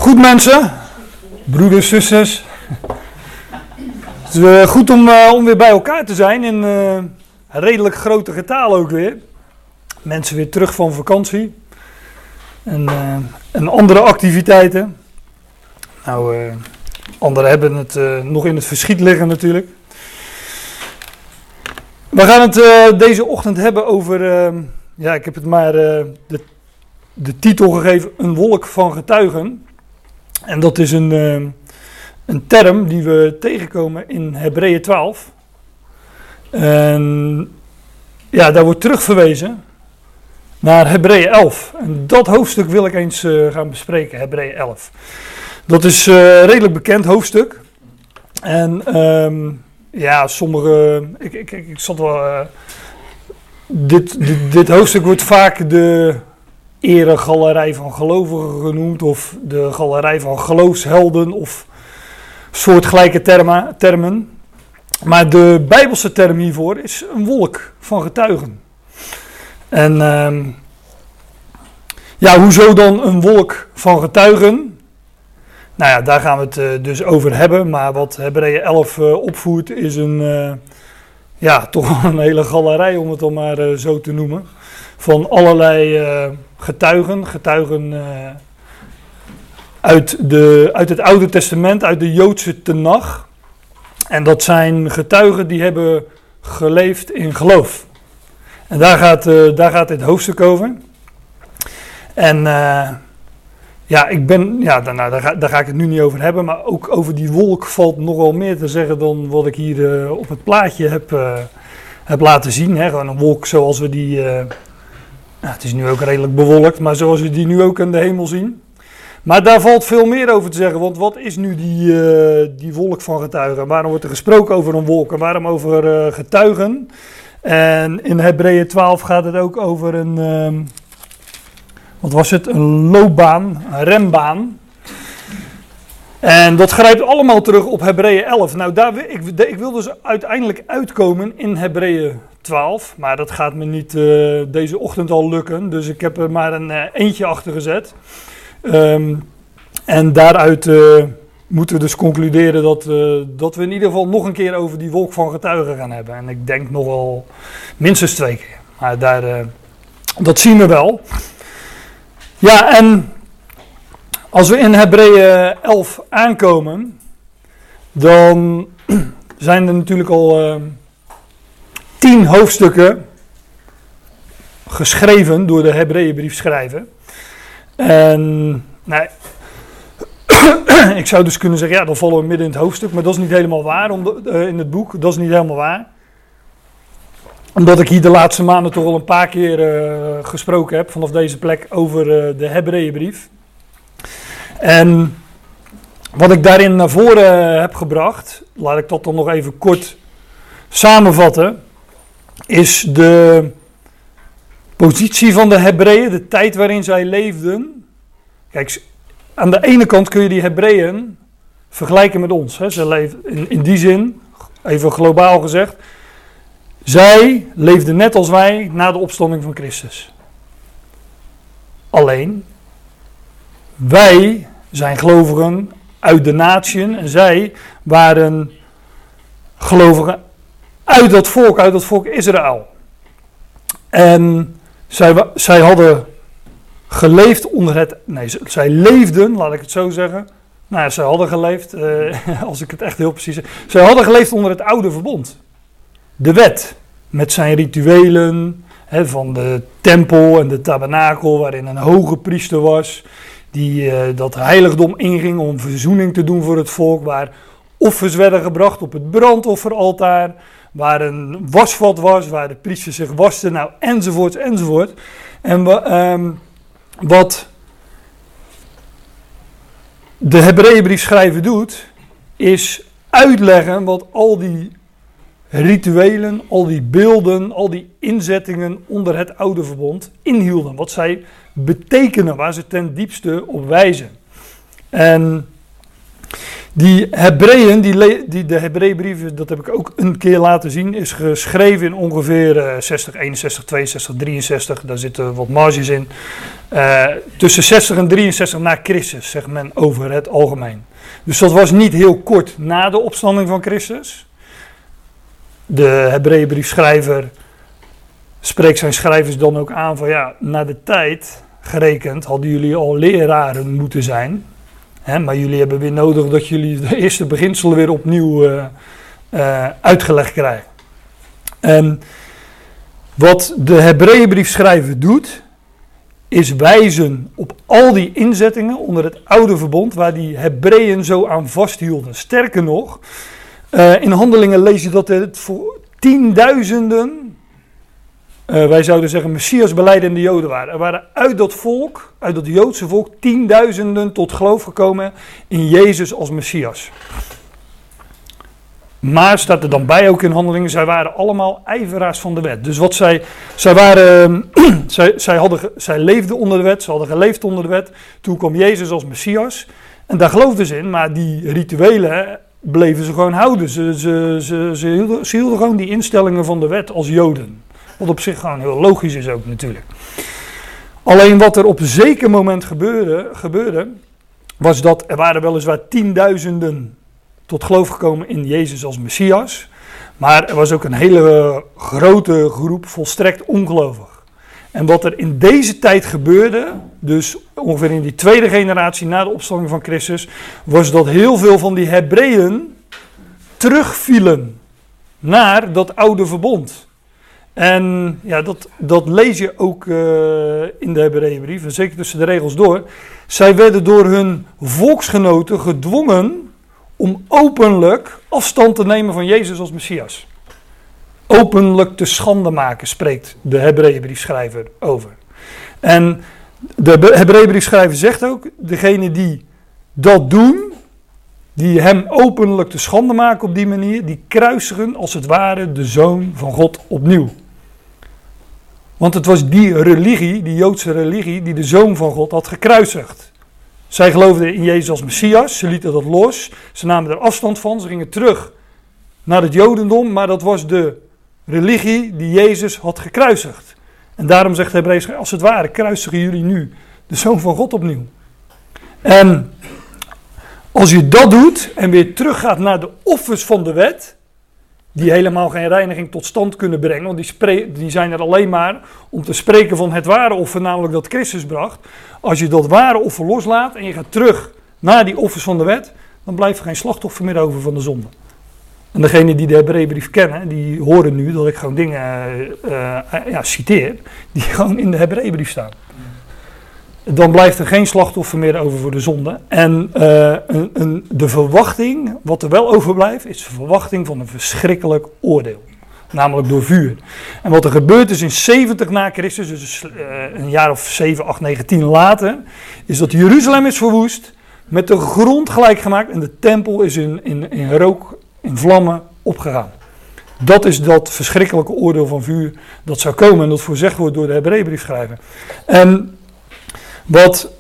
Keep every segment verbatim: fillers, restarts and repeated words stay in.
Goed mensen, broeders, zusters. Het is uh, goed om, uh, om weer bij elkaar te zijn in uh, redelijk grote getalen ook weer. Mensen weer terug van vakantie en, uh, en andere activiteiten. Nou, uh, anderen hebben het uh, nog in het verschiet liggen natuurlijk. We gaan het uh, deze ochtend hebben over, uh, ja ik heb het maar uh, de, de titel gegeven, een wolk van getuigen. En dat is een, uh, een term die we tegenkomen in Hebreeën twaalf. En ja, daar wordt terugverwezen naar Hebreeën elf. En dat hoofdstuk wil ik eens uh, gaan bespreken, Hebreeën elf. Dat is een uh, redelijk bekend hoofdstuk. En um, ja, sommige... Ik, ik, ik, ik zat wel... Uh, dit, dit, dit hoofdstuk wordt vaak de eregalerij van gelovigen genoemd, of de galerij van geloofshelden, of soortgelijke termen, termen. Maar de Bijbelse term hiervoor is een wolk van getuigen. En um, ja, hoezo dan een wolk van getuigen? Nou ja, daar gaan we het uh, dus over hebben. Maar wat Hebreeën elf uh, opvoert is een, uh, ja, toch een hele galerij, om het dan maar uh, zo te noemen. Van allerlei uh, getuigen, getuigen uh, uit, de, uit het Oude Testament, uit de Joodse Tenach. En dat zijn getuigen die hebben geleefd in geloof. En daar gaat, uh, daar gaat dit hoofdstuk over. En uh, ja, ik ben, ja daar, nou, daar, ga, daar ga ik het nu niet over hebben, maar ook over die wolk valt nogal meer te zeggen dan wat ik hier uh, op het plaatje heb, uh, heb laten zien. Hè? Gewoon een wolk zoals we die... Uh, Nou, het is nu ook redelijk bewolkt, maar zoals we die nu ook aan de hemel zien. Maar daar valt veel meer over te zeggen, want wat is nu die, uh, die wolk van getuigen? Waarom wordt er gesproken over een wolk en waarom over uh, getuigen? En in Hebreeën twaalf gaat het ook over een, uh, wat was het, een loopbaan, een rembaan. En dat grijpt allemaal terug op Hebreeën elf. Nou, daar, ik, ik wil dus uiteindelijk uitkomen in Hebreeën twaalf, maar dat gaat me niet uh, deze ochtend al lukken, dus ik heb er maar een uh, eentje achter gezet. Um, en daaruit uh, moeten we dus concluderen dat, uh, dat we in ieder geval nog een keer over die wolk van getuigen gaan hebben. En ik denk nog wel minstens twee keer, maar daar, uh, dat zien we wel. Ja, en als we in Hebreeën elf aankomen, dan zijn er natuurlijk al... Uh, Tien hoofdstukken geschreven door de Hebreeënbriefschrijver. En nou, ik zou dus kunnen zeggen, ja, dan vallen we midden in het hoofdstuk, maar dat is niet helemaal waar om de, uh, in het boek. Dat is niet helemaal waar. Omdat ik hier de laatste maanden toch al een paar keer uh, gesproken heb vanaf deze plek over uh, de Hebreeënbrief. En wat ik daarin naar voren heb gebracht, laat ik dat dan nog even kort samenvatten, is de positie van de Hebreeën, de tijd waarin zij leefden. Kijk, aan de ene kant kun je die Hebreeën vergelijken met ons. Hè. Ze leefden in, in die zin, even globaal gezegd, zij leefden net als wij na de opstanding van Christus. Alleen, wij zijn gelovigen uit de natieën en zij waren gelovigen uit dat volk, uit dat volk Israël. En zij, zij hadden geleefd onder het... Nee, zij leefden, laat ik het zo zeggen. Nou ja, zij hadden geleefd, uh, als ik het echt heel precies zeg. Zij hadden geleefd onder het oude verbond. De wet, met zijn rituelen, hè, van de tempel en de tabernakel, waarin een hoge priester was, die uh, dat heiligdom inging om verzoening te doen voor het volk, waar offers werden gebracht op het brandofferaltaar, waar een wasvat was, waar de priester zich waste, nou enzovoort, enzovoort. En um, wat de Hebreeënbriefschrijver doet, is uitleggen wat al die rituelen, al die beelden, al die inzettingen onder het oude verbond inhielden. Wat zij betekenen, waar ze ten diepste op wijzen. En Die Hebreeën, die, le- die de Hebreeënbrieven, dat heb ik ook een keer laten zien, is geschreven in ongeveer uh, zestig, eenenzestig, tweeënzestig, drieënzestig. Daar zitten wat marges in. Uh, tussen zestig en drieënzestig na Christus, zegt men over het algemeen. Dus dat was niet heel kort na de opstanding van Christus. De Hebreeënbriefschrijver spreekt zijn schrijvers dan ook aan van ja, na de tijd gerekend hadden jullie al leraren moeten zijn. Hè, maar jullie hebben weer nodig dat jullie de eerste beginselen weer opnieuw uh, uh, uitgelegd krijgen. En wat de Hebreeënbriefschrijver doet, is wijzen op al die inzettingen onder het oude verbond waar die Hebreeën zo aan vasthielden. Sterker nog, uh, in Handelingen lees je dat het voor tienduizenden, uh, wij zouden zeggen Messias belijdende Joden waren. Er waren uit dat volk, uit dat Joodse volk, tienduizenden tot geloof gekomen in Jezus als Messias. Maar staat er dan bij ook in Handelingen, zij waren allemaal ijveraars van de wet. Dus wat zij, zij waren, zij, zij, hadden, zij leefden onder de wet, ze hadden geleefd onder de wet. Toen kwam Jezus als Messias en daar geloofden ze in, maar die rituelen bleven ze gewoon houden. Ze, ze, ze, ze, hielden, ze hielden gewoon die instellingen van de wet als Joden. Wat op zich gewoon heel logisch is ook natuurlijk. Alleen wat er op een zeker moment gebeurde, gebeurde was dat er waren weliswaar tienduizenden tot geloof gekomen in Jezus als Messias. Maar er was ook een hele grote groep volstrekt ongelovig. En wat er in deze tijd gebeurde, dus ongeveer in die tweede generatie na de opstanding van Christus, was dat heel veel van die Hebreeën terugvielen naar dat oude verbond. En ja, dat, dat lees je ook uh, in de Hebreeënbrief, en zeker tussen de regels door. Zij werden door hun volksgenoten gedwongen om openlijk afstand te nemen van Jezus als Messias. Openlijk te schande maken, spreekt de Hebreeënbriefschrijver over. En de Hebreeënbriefschrijver zegt ook, degene die dat doen, die hem openlijk te schande maken op die manier, die kruisigen als het ware de Zoon van God opnieuw. Want het was die religie, die Joodse religie, die de Zoon van God had gekruisigd. Zij geloofden in Jezus als Messias, ze lieten dat los, ze namen er afstand van, ze gingen terug naar het Jodendom, maar dat was de religie die Jezus had gekruisigd. En daarom zegt de Hebreeën, als het ware kruisigen jullie nu de Zoon van God opnieuw. En als je dat doet en weer teruggaat naar de offers van de wet, die helemaal geen reiniging tot stand kunnen brengen, want die, spre- die zijn er alleen maar om te spreken van het ware offer, namelijk dat Christus bracht. Als je dat ware offer loslaat en je gaat terug naar die offers van de wet, dan blijft er geen slachtoffer meer over van de zonde. En degenen die de Hebreeënbrief kennen, die horen nu dat ik gewoon dingen uh, uh, ja, citeer, die gewoon in de Hebreeënbrief staan. Dan blijft er geen slachtoffer meer over voor de zonde. En uh, een, een, de verwachting, wat er wel overblijft, is de verwachting van een verschrikkelijk oordeel. Namelijk door vuur. En wat er gebeurd is in zeventig na Christus, dus uh, een jaar of zeven, acht, negen, tien later, is dat Jeruzalem is verwoest, met de grond gelijk gemaakt en de tempel is in, in, in rook, in vlammen opgegaan. Dat is dat verschrikkelijke oordeel van vuur dat zou komen en dat voorzegd wordt door de Hebreeënbriefschrijver. En wat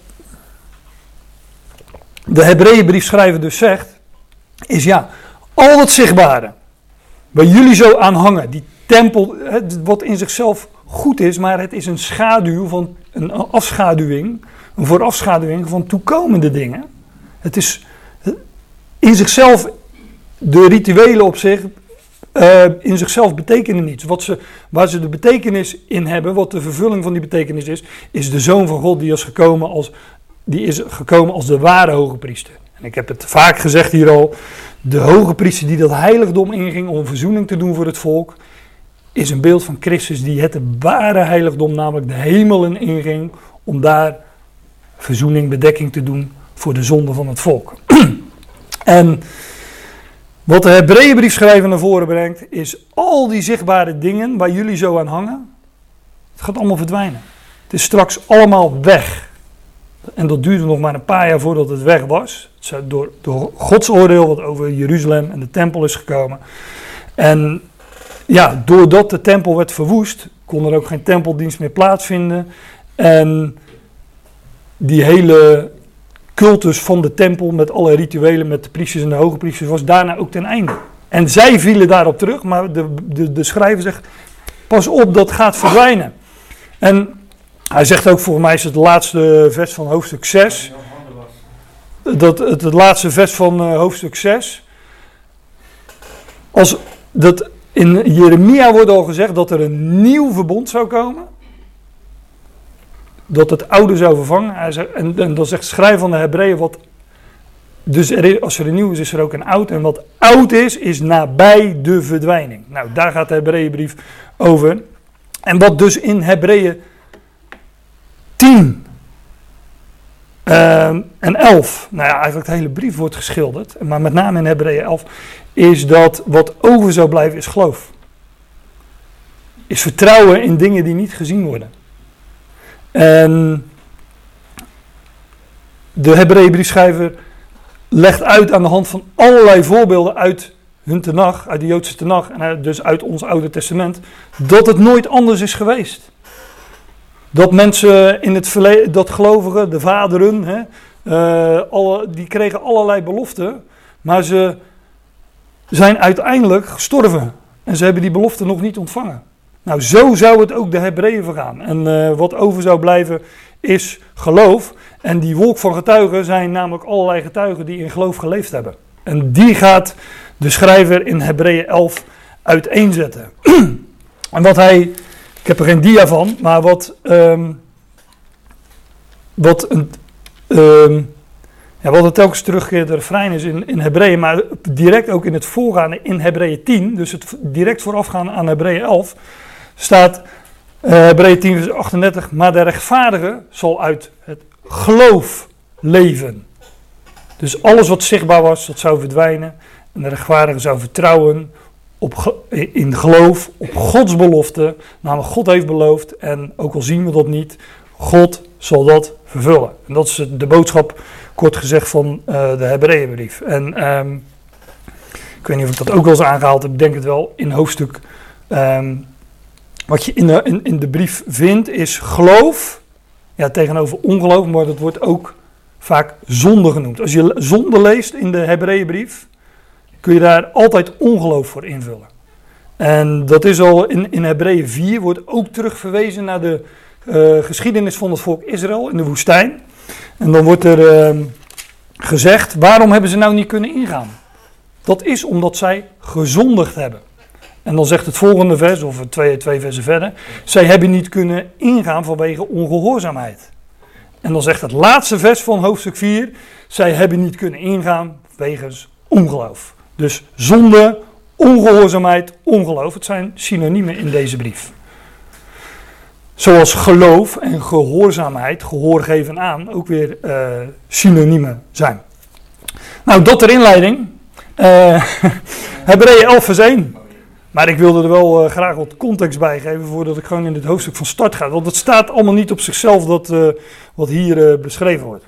de Hebreeënbriefschrijver dus zegt, is ja, al het zichtbare, waar jullie zo aan hangen, die tempel, wat in zichzelf goed is, maar het is een schaduw van, een afschaduwing, een voorafschaduwing van toekomende dingen. Het is in zichzelf, de rituelen op zich, uh, in zichzelf betekenen niets. Wat ze, waar ze de betekenis in hebben, wat de vervulling van die betekenis is, is de Zoon van God die is gekomen als, die is gekomen als de ware hoge priester. En ik heb het vaak gezegd hier al, de hoge priester die dat heiligdom inging om verzoening te doen voor het volk, is een beeld van Christus die het ware heiligdom, namelijk de hemelen, inging om daar verzoening, bedekking te doen voor de zonde van het volk. En wat de Hebreeënbriefschrijver naar voren brengt, is al die zichtbare dingen waar jullie zo aan hangen, het gaat allemaal verdwijnen. Het is straks allemaal weg. En dat duurde nog maar een paar jaar voordat het weg was. Het is door, door Gods oordeel wat over Jeruzalem en de tempel is gekomen. En ja, doordat de tempel werd verwoest, kon er ook geen tempeldienst meer plaatsvinden. En die hele cultus van de tempel met alle rituelen, met de priesters en de hoge priesters, was daarna ook ten einde. En zij vielen daarop terug, maar de, de, de schrijver zegt, pas op, dat gaat verdwijnen. En hij zegt ook, volgens mij is het laatste vers van hoofdstuk zes. Dat, het, het laatste vers van uh, hoofdstuk zes. Als dat in Jeremia wordt al gezegd dat er een nieuw verbond zou komen. Dat het oude zou vervangen. Hij zegt, en, en dan zegt de schrijver van de Hebreeën, wat, dus er is, als er een nieuw is, is er ook een oud. En wat oud is, is nabij de verdwijning. Nou, daar gaat de Hebreeënbrief over. En wat dus in Hebreeën tien uh, en elf, nou ja, eigenlijk de hele brief wordt geschilderd, maar met name in Hebreeën elf, is dat wat over zou blijven is geloof. Is vertrouwen in dingen die niet gezien worden. En de Hebreeënbriefschrijver legt uit aan de hand van allerlei voorbeelden uit hun tenach, uit de Joodse tenach en dus uit ons Oude Testament, dat het nooit anders is geweest. Dat mensen in het verleden, dat gelovigen, de vaderen, hè, uh, alle, die kregen allerlei beloften, maar ze zijn uiteindelijk gestorven en ze hebben die beloften nog niet ontvangen. Nou, zo zou het ook de Hebreeën vergaan. En uh, wat over zou blijven is geloof. En die wolk van getuigen zijn namelijk allerlei getuigen die in geloof geleefd hebben. En die gaat de schrijver in Hebreeën elf uiteenzetten. En wat hij, ik heb er geen dia van, maar wat, um, wat, een, um, ja, wat het telkens terugkeerde refrein is in, in Hebreeën, maar direct ook in het voorgaande in Hebreeën tien, dus het direct voorafgaan aan Hebreeën elf, staat uh, Hebreeën tien vers achtendertig, maar de rechtvaardige zal uit het geloof leven. Dus alles wat zichtbaar was, dat zou verdwijnen. En de rechtvaardige zou vertrouwen op, in geloof op Gods belofte. Namelijk God heeft beloofd en ook al zien we dat niet, God zal dat vervullen. En dat is de boodschap, kort gezegd, van uh, de Hebreeënbrief. En um, ik weet niet of ik dat ook wel eens aangehaald heb, ik denk het wel, in hoofdstuk... Um, wat je in de, in, in de brief vindt is geloof, ja, tegenover ongeloof, maar dat wordt ook vaak zonde genoemd. Als je zonde leest in de Hebreeënbrief, kun je daar altijd ongeloof voor invullen. En dat is al in, in Hebreeën vier, wordt ook terug verwezen naar de uh, geschiedenis van het volk Israël in de woestijn. En dan wordt er uh, gezegd, waarom hebben ze nou niet kunnen ingaan? Dat is omdat zij gezondigd hebben. En dan zegt het volgende vers, of twee, twee versen verder, zij hebben niet kunnen ingaan vanwege ongehoorzaamheid. En dan zegt het laatste vers van hoofdstuk vier, zij hebben niet kunnen ingaan wegens ongeloof. Dus zonde, ongehoorzaamheid, ongeloof, het zijn synoniemen in deze brief. Zoals geloof en gehoorzaamheid, gehoor geven aan, ook weer uh, synoniemen zijn. Nou, dat ter inleiding. Uh, Hebreeën elf vers één. Maar ik wilde er wel uh, graag wat context bij geven voordat ik gewoon in dit hoofdstuk van start ga. Want het staat allemaal niet op zichzelf dat, uh, wat hier uh, beschreven wordt.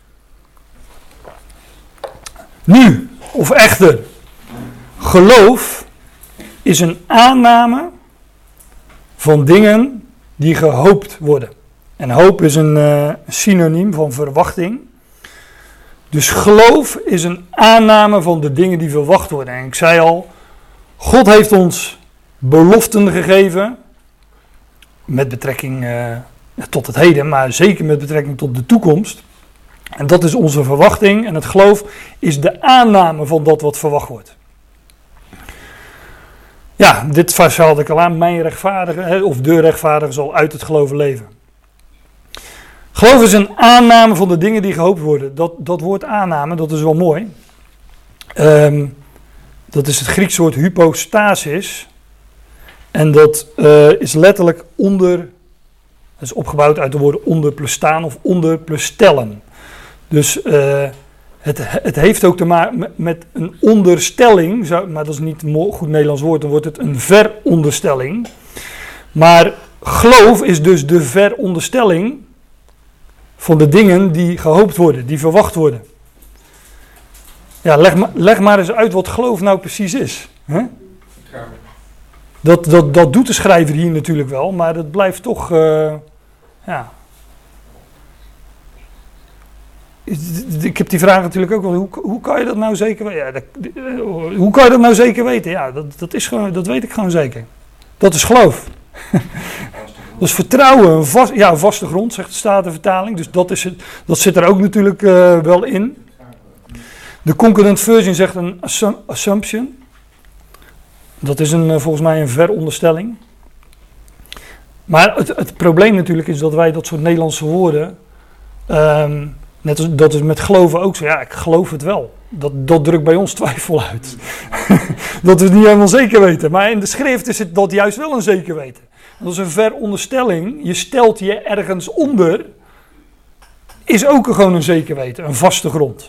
Nu, of echter, geloof is een aanname van dingen die gehoopt worden. En hoop is een uh, synoniem van verwachting. Dus geloof is een aanname van de dingen die verwacht worden. En ik zei al, God heeft ons beloften gegeven, met betrekking uh, tot het heden, maar zeker met betrekking tot de toekomst. En dat is onze verwachting en het geloof is de aanname van dat wat verwacht wordt. Ja, dit vers haalde ik al aan, mijn rechtvaardige, of de rechtvaardige zal uit het geloven leven. Geloof is een aanname van de dingen die gehoopt worden. Dat, dat woord aanname, dat is wel mooi. Um, Dat is het Griekse woord hypostasis. En dat uh, is letterlijk onder, dat is opgebouwd uit de woorden onder plus staan of onder plus stellen. Dus uh, het, het heeft ook te maken met, met een onderstelling, maar dat is niet een goed Nederlands woord, dan wordt het een veronderstelling. Maar geloof is dus de veronderstelling van de dingen die gehoopt worden, die verwacht worden. Ja, leg maar, leg maar eens uit wat geloof nou precies is. Hè? Dat, dat, dat doet de schrijver hier natuurlijk wel, maar dat blijft toch, uh, ja. ik heb die vraag natuurlijk ook wel, hoe, hoe kan je dat nou zeker weten? Ja, dat, hoe kan je dat nou zeker weten? Ja, dat, dat, is gewoon, dat weet ik gewoon zeker. Dat is geloof. Dat is vertrouwen, een, vast, ja, een vaste grond, zegt de Statenvertaling. Dus dat, is het, dat zit er ook natuurlijk uh, wel in. De Concordant Version zegt een assumption. Dat is een, volgens mij een veronderstelling. Maar het, het probleem natuurlijk is dat wij dat soort Nederlandse woorden... Um, net als, dat is met geloven ook zo. Ja, ik geloof het wel. Dat, dat drukt bij ons twijfel uit. Dat we het niet helemaal zeker weten. Maar in de schrift is het dat juist wel een zeker weten. Dat is een veronderstelling. Je stelt je ergens onder. Is ook gewoon een zeker weten. Een vaste grond.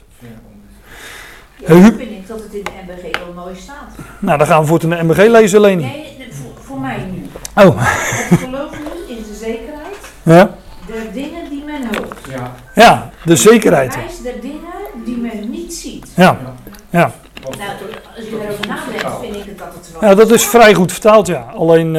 Ja, dan vind ik dat het in de M B G wel mooi staat. Nou, dan gaan we voor in de M B G lezen, Leni. Nee, voor, voor mij nu. Oh. Het geloof nu is de zekerheid. Ja. De dingen die men hoopt. Ja, ja, de zekerheid. Het bewijs der dingen die men niet ziet. Ja, ja. Nou, als je erover nadenkt, vind ik het dat het wel... Ja, dat is vrij goed vertaald, ja. Alleen,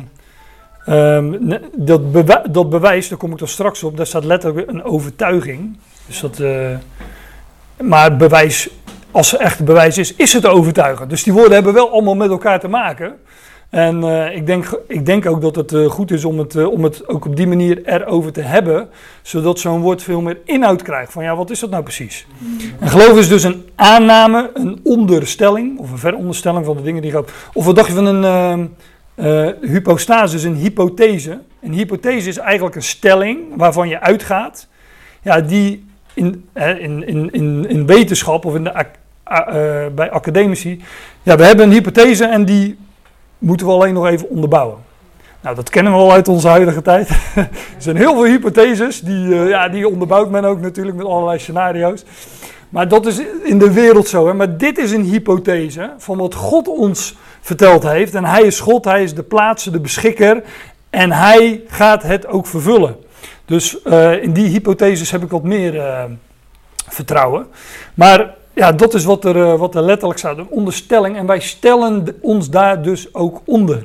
uh, um, dat, bewa- dat bewijs, daar kom ik dan straks op, daar staat letterlijk een overtuiging. Dus dat, uh, maar bewijs, als er echt bewijs is, is het overtuigen. Dus die woorden hebben wel allemaal met elkaar te maken. En uh, ik, denk, ik denk ook dat het uh, goed is om het, uh, om het ook op die manier erover te hebben, zodat zo'n woord veel meer inhoud krijgt. Van ja, wat is dat nou precies? En geloof is dus een aanname, een onderstelling, of een veronderstelling van de dingen die je hoopt. Of wat dacht je van een uh, uh, hypostase, is een hypothese. Een hypothese is eigenlijk een stelling waarvan je uitgaat, ja, die in, uh, in, in, in, in wetenschap of in de, uh, uh, bij academici, ja, we hebben een hypothese en die moeten we alleen nog even onderbouwen. Nou, dat kennen we al uit onze huidige tijd. Er zijn heel veel hypotheses, die, uh, ja, die onderbouwt men ook natuurlijk met allerlei scenario's. Maar dat is in de wereld zo. Hè? Maar dit is een hypothese van wat God ons verteld heeft. En hij is God, hij is de plaatser, de beschikker. En hij gaat het ook vervullen. Dus uh, in die hypotheses heb ik wat meer uh, vertrouwen. Maar... ja, dat is wat er, uh, wat er letterlijk staat, een onderstelling. En wij stellen ons daar dus ook onder.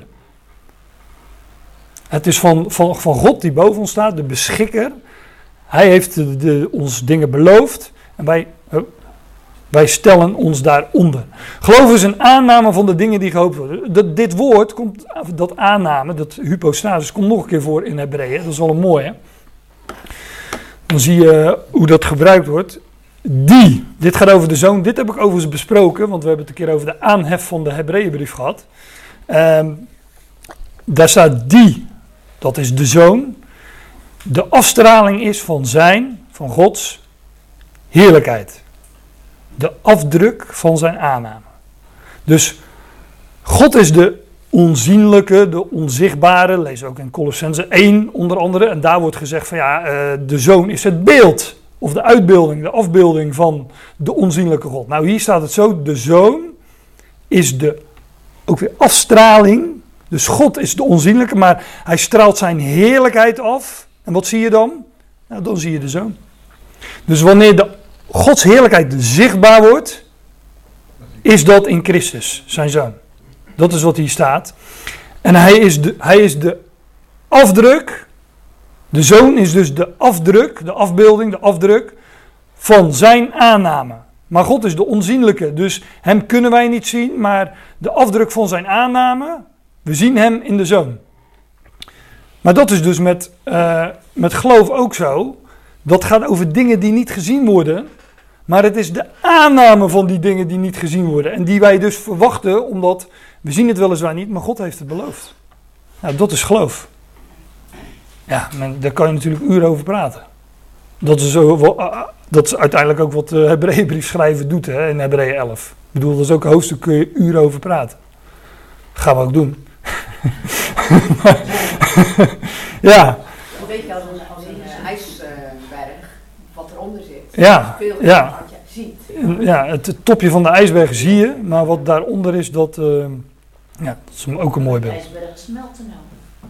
Het is van, van, van God die boven ons staat, de beschikker. Hij heeft de, de, ons dingen beloofd. En wij, uh, wij stellen ons daaronder. Geloof is een aanname van de dingen die gehoopt worden. Dat, dit woord, komt, dat aanname, dat hypostasis, komt nog een keer voor in Hebreeën. Dat is wel een mooie. Dan zie je hoe dat gebruikt wordt. Die, dit gaat over de zoon, dit heb ik overigens besproken, want we hebben het een keer over de aanhef van de Hebreeënbrief gehad. Um, daar staat die, dat is de zoon, de afstraling is van zijn, van Gods heerlijkheid. De afdruk van zijn aanname. Dus God is de onzienlijke, de onzichtbare, lees ook in Colossenzen één onder andere, en daar wordt gezegd van ja, uh, de zoon is het beeld. Of de uitbeelding, de afbeelding van de onzienlijke God. Nou, hier staat het zo, de zoon is de, ook weer afstraling. Dus God is de onzienlijke, maar hij straalt zijn heerlijkheid af. En wat zie je dan? Nou, dan zie je de zoon. Dus wanneer de Gods heerlijkheid zichtbaar wordt, is dat in Christus, zijn zoon. Dat is wat hier staat. En hij is de, hij is de afdruk. De zoon is dus de afdruk, de afbeelding, de afdruk van zijn aanname. Maar God is de onzienlijke, dus hem kunnen wij niet zien, maar de afdruk van zijn aanname, we zien hem in de zoon. Maar dat is dus met, uh, met geloof ook zo. Dat gaat over dingen die niet gezien worden, maar het is de aanname van die dingen die niet gezien worden. En die wij dus verwachten, omdat we zien het weliswaar niet, maar God heeft het beloofd. Nou, dat is geloof. Ja, men, daar kan je natuurlijk uren over praten. Dat is, zo, dat is uiteindelijk ook wat de Hebreeënbrief schrijven doet, hè, in Hebreeën elf. Ik bedoel, dat is ook een hoofdstuk, kun je uren over praten. Dat gaan we ook doen. maar, ja. Dan weet je als een, als een uh, ijsberg wat eronder zit. Ja, veel ja. wat je ziet. Ja, het, het topje van de ijsberg zie je, maar wat daaronder is, dat, uh, ja, dat is ook een mooi beeld. De ijsberg smelten nou.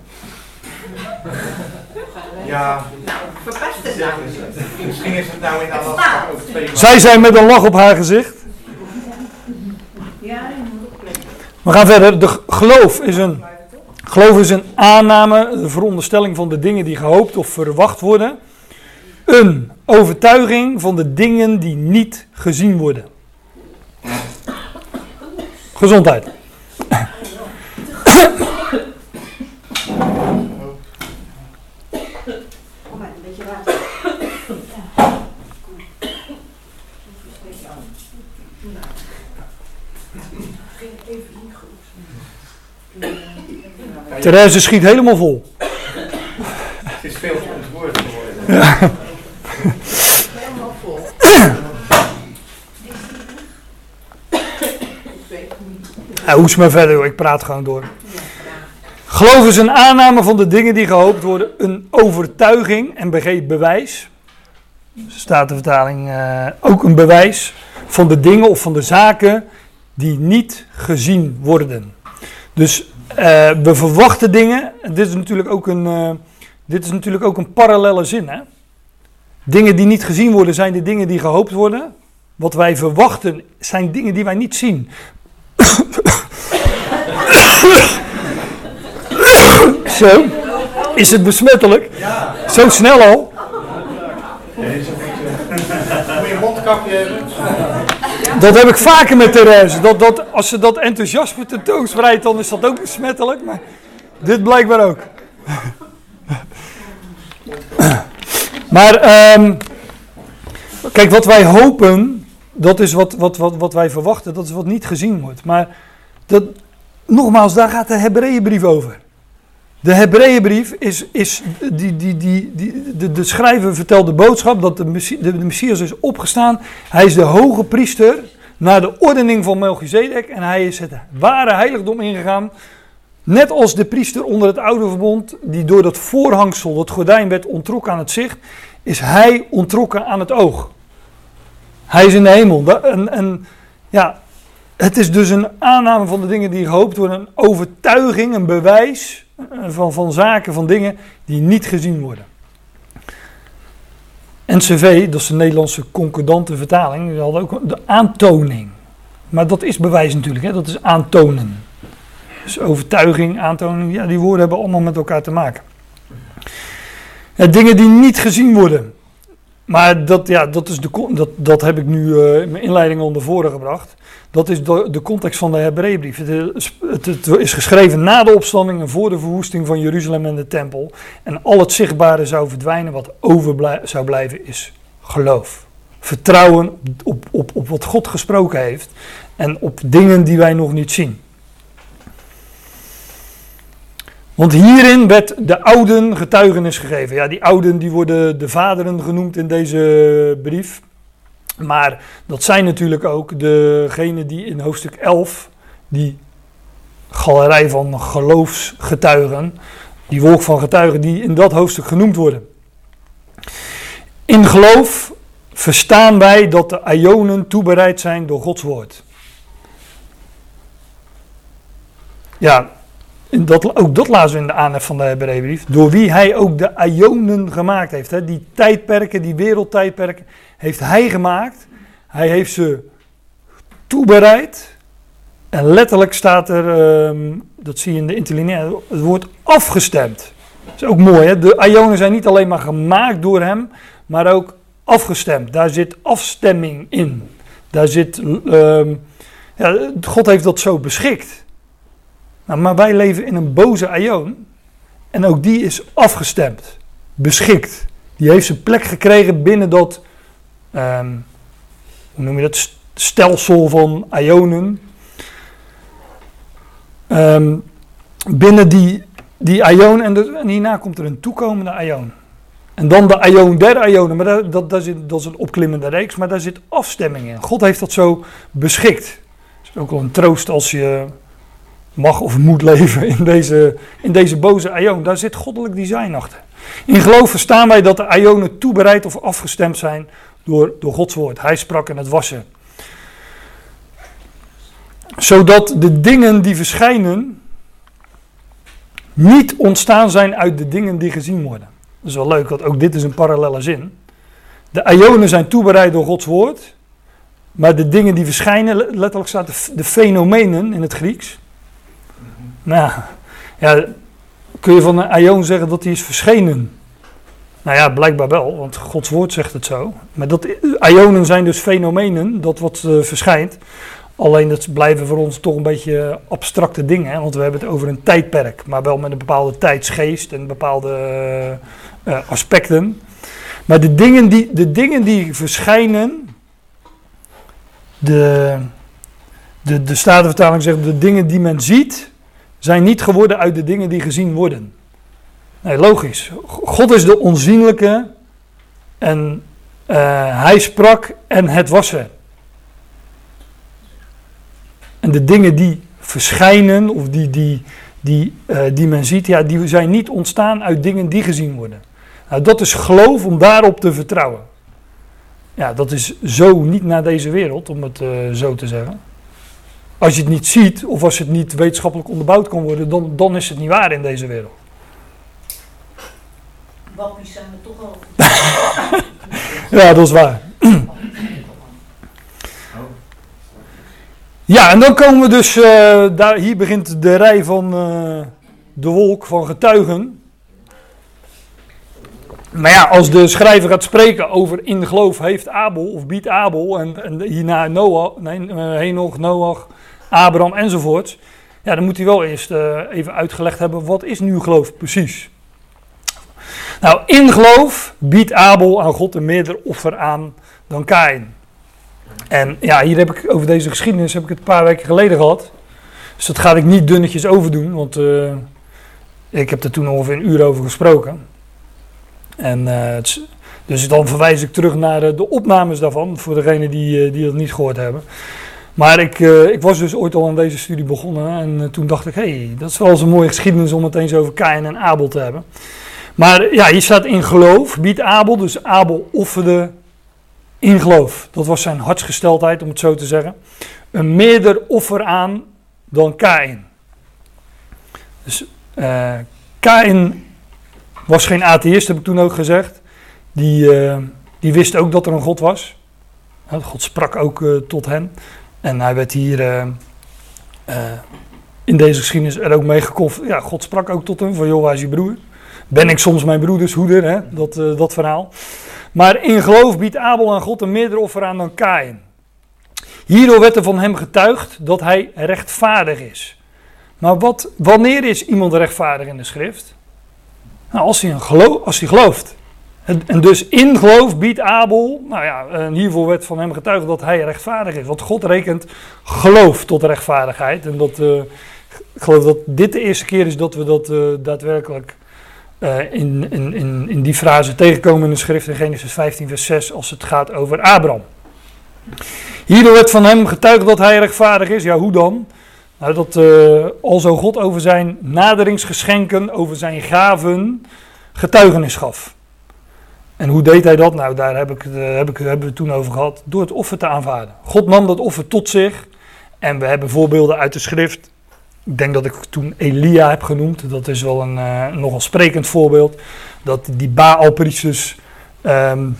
Ja, Nou, verpest het nou. misschien is het nou in Het alles staat. over twee Zij zijn met een lach op haar gezicht. Ja, je moet opletten. We gaan verder. De geloof is een, geloof is een aanname, een veronderstelling van de dingen die gehoopt of verwacht worden. een overtuiging van de dingen die niet gezien worden. Gezondheid. Kom maar, een beetje water. Therese schiet helemaal vol. Het is veel ontwoord geworden. Ja. Helemaal vol. Ja, hoes maar verder, hoor. Ik praat gewoon door. Geloof is een aanname van de dingen die gehoopt worden, een overtuiging en begreep bewijs. Staat de vertaling uh, ook een bewijs van de dingen of van de zaken die niet gezien worden. Dus uh, we verwachten dingen. Dit is natuurlijk ook een, uh, dit is natuurlijk ook een parallelle zin. Hè? Dingen die niet gezien worden zijn de dingen die gehoopt worden. Wat wij verwachten zijn dingen die wij niet zien. Zo, is het besmettelijk? Ja. Zo snel al? Ja, dit is een beetje... Moet je een mondkapje hebben? Dat heb ik vaker met Therese. Dat, dat, als ze dat enthousiasme tentoonspreidt, dan is dat ook besmettelijk. Maar dit blijkbaar ook. Maar um, kijk, wat wij hopen, dat is wat, wat, wat, wat wij verwachten, dat is wat niet gezien wordt. Maar dat, nogmaals, daar gaat de Hebreeënbrief over. De Hebreeënbrief is, is die, die, die, die, de, de schrijver vertelt de boodschap dat de, Messi, de, de Messias is opgestaan. Hij is de hoge priester naar de ordening van Melchizedek en hij is het ware heiligdom ingegaan. Net als de priester onder het oude verbond, die door dat voorhangsel, dat gordijn werd ontrokken aan het zicht, is hij ontrokken aan het oog. Hij is in de hemel. En, en ja, het is dus een aanname van de dingen die gehoopt worden, een overtuiging, een bewijs van, van zaken, van dingen die niet gezien worden. N C V, dat is de Nederlandse concordante vertaling, die had ook de aantoning. Maar dat is bewijs natuurlijk, hè? Dat is aantonen. Dus overtuiging, aantoning, ja, die woorden hebben allemaal met elkaar te maken. Ja, dingen die niet gezien worden. Maar dat, ja, dat, is de, dat, dat heb ik nu uh, in mijn inleiding onder voren gebracht. Dat is de, de context van de Hebreeënbrief. Het, het, het is geschreven na de opstanding en voor de verwoesting van Jeruzalem en de tempel. En al het zichtbare zou verdwijnen. Wat over blij, zou blijven is geloof. Vertrouwen op, op, op wat God gesproken heeft. En op dingen die wij nog niet zien. Want hierin werd de ouden getuigenis gegeven. Ja, die ouden die worden de vaderen genoemd in deze brief. Maar dat zijn natuurlijk ook degenen die in hoofdstuk elf, die galerij van geloofsgetuigen, die wolk van getuigen die in dat hoofdstuk genoemd worden. In geloof verstaan wij dat de aionen toebereid zijn door Gods woord. Ja, dat, ook dat lazen we in de aanhef van de Hebreeënbrief. Door wie hij ook de aionen gemaakt heeft. Hè. Die tijdperken, die wereldtijdperken, heeft hij gemaakt. Hij heeft ze toebereid. En letterlijk staat er, um, dat zie je in de interlineair, het woord afgestemd. Dat is ook mooi, hè. De aionen zijn niet alleen maar gemaakt door hem, maar ook afgestemd. Daar zit afstemming in. Daar zit, um, ja, God heeft dat zo beschikt. Nou, maar wij leven in een boze aion. En ook die is afgestemd. Beschikt. Die heeft zijn plek gekregen binnen dat, um, hoe noem je dat, stelsel van aionen. Um, binnen die, die aion en, de, en hierna komt er een toekomende aion. En dan de aion der aionen, maar dat, dat, dat, zit, dat is een opklimmende reeks, maar daar zit afstemming in. God heeft dat zo beschikt. Dat is ook wel een troost als je mag of moet leven in deze, in deze boze aion. Daar zit goddelijk design achter. In geloof verstaan wij dat de aionen toebereid of afgestemd zijn door, door Gods woord. Hij sprak en het was er. Zodat de dingen die verschijnen niet ontstaan zijn uit de dingen die gezien worden. Dat is wel leuk, want ook dit is een parallelle zin. De aionen zijn toebereid door Gods woord. Maar de dingen die verschijnen, letterlijk staat de, de fenomenen in het Grieks. Nou, ja, kun je van een aion zeggen dat die is verschenen. Nou ja, blijkbaar wel, want Gods woord zegt het zo. Maar dat, ionen zijn dus fenomenen, dat wat uh, verschijnt. Alleen dat blijven voor ons toch een beetje abstracte dingen. Hè? Want we hebben het over een tijdperk, maar wel met een bepaalde tijdsgeest en bepaalde uh, uh, aspecten. Maar de dingen die, de dingen die verschijnen, de, de, de Statenvertaling zegt, de dingen die men ziet, zijn niet geworden uit de dingen die gezien worden. Nee, logisch. God is de onzienlijke en uh, hij sprak en het was er. En de dingen die verschijnen of die, die, die, uh, die men ziet, ja, die zijn niet ontstaan uit dingen die gezien worden. Nou, dat is geloof om daarop te vertrouwen. Ja, dat is zo niet naar deze wereld, om het uh, zo te zeggen. Als je het niet ziet of als het niet wetenschappelijk onderbouwd kan worden, dan, dan is het niet waar in deze wereld. Wappies zijn we toch al. Ja, dat is waar. Ja, en dan komen we dus, uh, daar, hier begint de rij van uh, de wolk van getuigen. Maar ja, als de schrijver gaat spreken over in geloof heeft Abel of biedt Abel en, en hierna Noach, nee, uh, Henoch, Noach, Abraham enzovoort. Ja, dan moet hij wel eerst uh, even uitgelegd hebben, wat is nu geloof precies? Nou, in geloof biedt Abel aan God een meerder offer aan dan Kaïn. En ja, hier heb ik over deze geschiedenis heb ik het een paar weken geleden gehad. Dus dat ga ik niet dunnetjes overdoen, want uh, ik heb er toen ongeveer een uur over gesproken. En uh, het, dus dan verwijs ik terug naar uh, de opnames daarvan, voor degenen die, uh, die dat niet gehoord hebben. Maar ik, uh, ik was dus ooit al aan deze studie begonnen en uh, toen dacht ik, hé, hey, dat is wel eens een mooie geschiedenis om het eens over Kaïn en Abel te hebben. Maar ja, hier staat in geloof, biedt Abel, dus Abel offerde in geloof. Dat was zijn hartsgesteldheid, om het zo te zeggen. Een meerder offer aan dan Kaïn. Dus uh, Kaïn was geen atheïst, heb ik toen ook gezegd. Die, uh, die wist ook dat er een God was. God sprak ook uh, tot hen. En hij werd hier uh, uh, in deze geschiedenis er ook mee gekonfronteerd. Ja, God sprak ook tot hem, van joh, waar is je broer? Ben ik soms mijn broeders hoeder, hè? Dat, uh, dat verhaal. Maar in geloof biedt Abel aan God een meerder offer aan dan Kaïn. Hierdoor werd er van hem getuigd dat hij rechtvaardig is. Maar wat, wanneer is iemand rechtvaardig in de schrift? Nou, als hij, een geloof, als hij gelooft. En, en dus in geloof biedt Abel, nou ja, en hiervoor werd van hem getuigd dat hij rechtvaardig is. Want God rekent geloof tot rechtvaardigheid. En dat, uh, ik geloof dat dit de eerste keer is dat we dat uh, daadwerkelijk uh, in, in, in, in die frase tegenkomen in de schrift in Genesis vijftien vers zes als het gaat over Abraham. Hierdoor werd van hem getuigd dat hij rechtvaardig is. Ja, hoe dan? Nou, dat uh, alzo God over zijn naderingsgeschenken, over zijn gaven, getuigenis gaf. En hoe deed hij dat? Nou, daar heb ik, uh, heb ik, hebben we het toen over gehad. Door het offer te aanvaarden. God nam dat offer tot zich. En we hebben voorbeelden uit de schrift. Ik denk dat ik toen Elia heb genoemd. Dat is wel een uh, nogal sprekend voorbeeld. Dat die Baal-priesters um,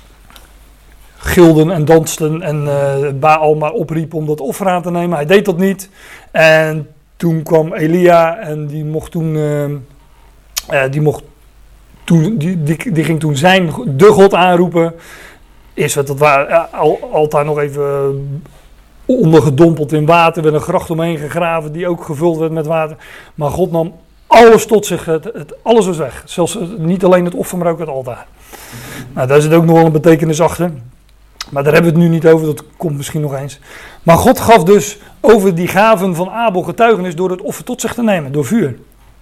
gilden en dansten en uh, Baal maar opriep om dat offer aan te nemen. Hij deed dat niet. En toen kwam Elia en die mocht toen, uh, uh, die, mocht toen die, die, die ging toen zijn, de God aanroepen. Is het, dat waar, uh, al, altijd nog even ondergedompeld in water, werd een gracht omheen gegraven die ook gevuld werd met water. Maar God nam alles tot zich, het, het, alles was weg. Zelfs uh, niet alleen het offer, maar ook het altaar. Nou, daar zit ook nog wel een betekenis achter. Maar daar hebben we het nu niet over, dat komt misschien nog eens. Maar God gaf dus over die gaven van Abel getuigenis door het offer tot zich te nemen, door vuur.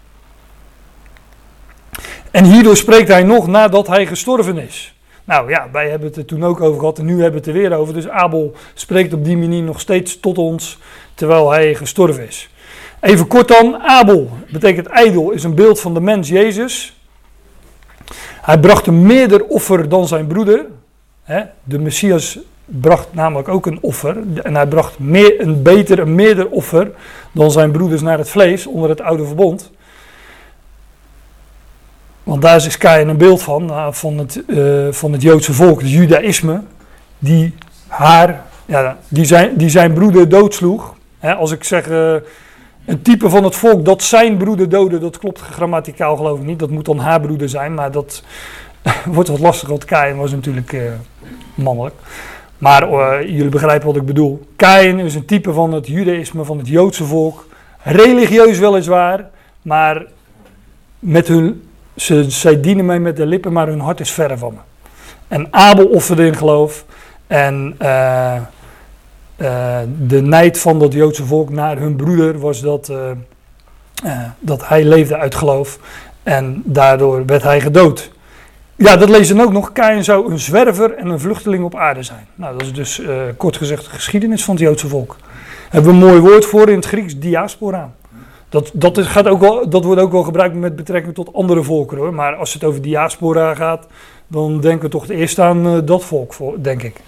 En hierdoor spreekt hij nog nadat hij gestorven is. Nou ja, wij hebben het er toen ook over gehad en nu hebben we het er weer over. Dus Abel spreekt op die manier nog steeds tot ons, terwijl hij gestorven is. Even kort dan, Abel betekent ijdel, is een beeld van de mens Jezus. Hij bracht een meerder offer dan zijn broeder. De Messias bracht namelijk ook een offer. En hij bracht meer, een beter, een meerder offer dan zijn broeders naar het vlees onder het oude verbond. Want daar is Kaïn een beeld van, van het, uh, van het Joodse volk, het Judaïsme, die haar, ja, die zijn, die zijn broeder doodsloeg. He, als ik zeg uh, een type van het volk dat zijn broeder doodde, dat klopt grammaticaal geloof ik niet. Dat moet dan haar broeder zijn, maar dat wordt wat lastig, want Kaïn was natuurlijk uh, mannelijk. Maar uh, jullie begrijpen wat ik bedoel. Kaïn is een type van het judaïsme, van het Joodse volk. Religieus weliswaar, maar met hun, ze, zij dienen mij met de lippen, maar hun hart is verre van me. En Abel offerde in geloof. En uh, uh, de nijd van dat Joodse volk naar hun broeder was dat, uh, uh, dat hij leefde uit geloof. En daardoor werd hij gedood. Ja, dat lezen dan ook nog. Kaïn zou een zwerver en een vluchteling op aarde zijn. Nou, dat is dus uh, kort gezegd de geschiedenis van het Joodse volk. Daar hebben we een mooi woord voor in het Grieks, diaspora. Dat, dat, is, gaat ook wel, dat wordt ook wel gebruikt met betrekking tot andere volken hoor. Maar als het over diaspora gaat, dan denken we toch het eerst aan uh, dat volk, voor, denk ik.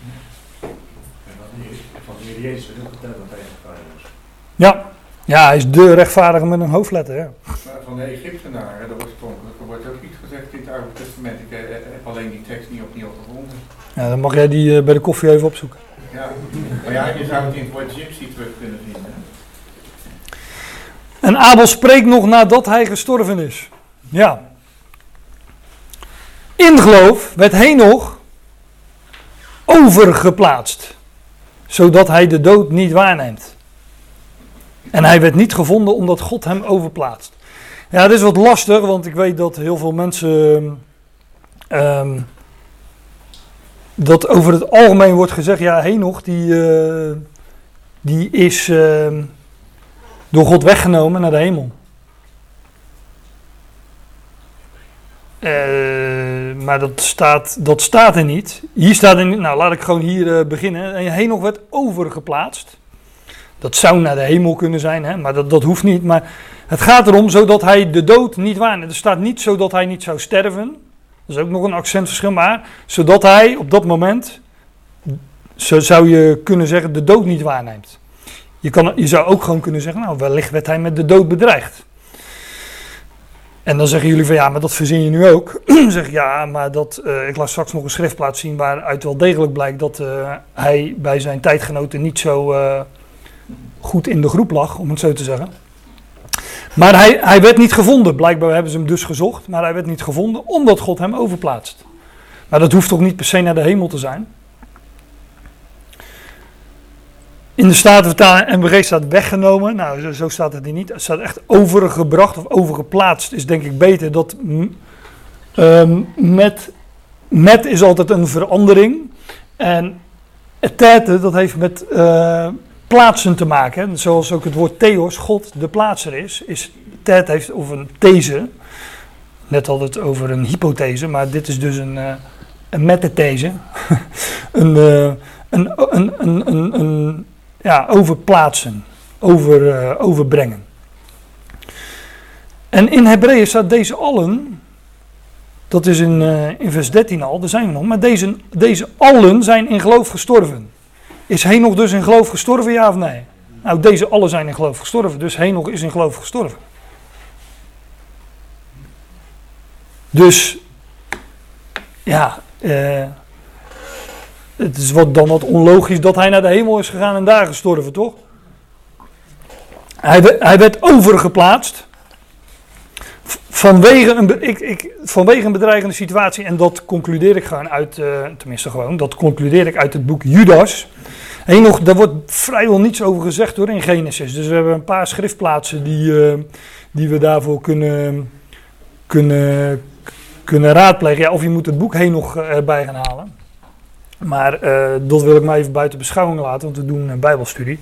Van de Heer Jezus is ook geteld aan tegengekomen. Ja. ja, hij is de rechtvaardige met een hoofdletter. Ja. Maar van de Egyptenaren, de oorspronkelijke, wordt ook iets gezegd in het Oude Testament. Ik heb alleen die tekst niet opnieuw gevonden. Ja, dan mag jij die uh, bij de koffie even opzoeken. Ja, maar ja, je zou het in het woord gypsy terug kunnen vinden. En Abel spreekt nog nadat hij gestorven is. Ja. In geloof werd Henoch overgeplaatst, zodat hij de dood niet waarneemt. En hij werd niet gevonden omdat God hem overplaatst. Ja, dat is wat lastig, want ik weet dat heel veel mensen um, dat over het algemeen wordt gezegd, ja, Henoch die, uh, die is uh, door God weggenomen naar de hemel. Uh, maar dat staat, dat staat er niet. Hier staat er niet. Nou, laat ik gewoon hier uh, beginnen. En Henoch werd overgeplaatst. Dat zou naar de hemel kunnen zijn, hè? Maar dat, dat hoeft niet. Maar het gaat erom zodat hij de dood niet waarneemt. Er staat niet zodat hij niet zou sterven. Dat is ook nog een accentverschil. Maar zodat hij op dat moment, zo zou je kunnen zeggen, de dood niet waarneemt. Je, kan, je zou ook gewoon kunnen zeggen, nou wellicht werd hij met de dood bedreigd. En dan zeggen jullie van ja, maar dat verzin je nu ook. zeg ja, maar dat, uh, ik laat straks nog een schriftplaats zien waaruit wel degelijk blijkt dat uh, hij bij zijn tijdgenoten niet zo uh, goed in de groep lag, om het zo te zeggen. Maar hij, hij werd niet gevonden. Blijkbaar hebben ze hem dus gezocht, maar hij werd niet gevonden omdat God hem overplaatst. Maar dat hoeft toch niet per se naar de hemel te zijn? In de Statenvertaling M B G staat weggenomen. Nou, zo, zo staat het hier niet. Het staat echt overgebracht of overgeplaatst. Is denk ik beter. Dat um, met, met is altijd een verandering. En etete, dat heeft met uh, plaatsen te maken. Zoals ook het woord theos, God de plaatser is. is tet heeft over een these. Net had het over een hypothese. Maar dit is dus een, uh, een metathese. een, uh, een, een, een, een, een Ja, overplaatsen, over, uh, overbrengen. En in Hebreeën staat deze allen, dat is in, uh, in vers dertien al, daar zijn we nog, maar deze, deze allen zijn in geloof gestorven. Is Henoch dus in geloof gestorven, ja of nee? Nou, deze allen zijn in geloof gestorven, dus Henoch is in geloof gestorven. Dus, ja, uh, het is wat, dan wat onlogisch dat hij naar de hemel is gegaan en daar gestorven, toch? Hij, hij werd overgeplaatst vanwege een, ik, ik, vanwege een bedreigende situatie. En dat concludeer ik gewoon uit, uh, tenminste gewoon, dat concludeer ik uit het boek Judas. Henoch, daar wordt vrijwel niets over gezegd hoor in Genesis. Dus we hebben een paar schriftplaatsen die, uh, die we daarvoor kunnen, kunnen, kunnen raadplegen. Ja, of je moet het boek Henoch erbij gaan halen. Maar uh, dat wil ik maar even buiten beschouwing laten, want we doen een bijbelstudie.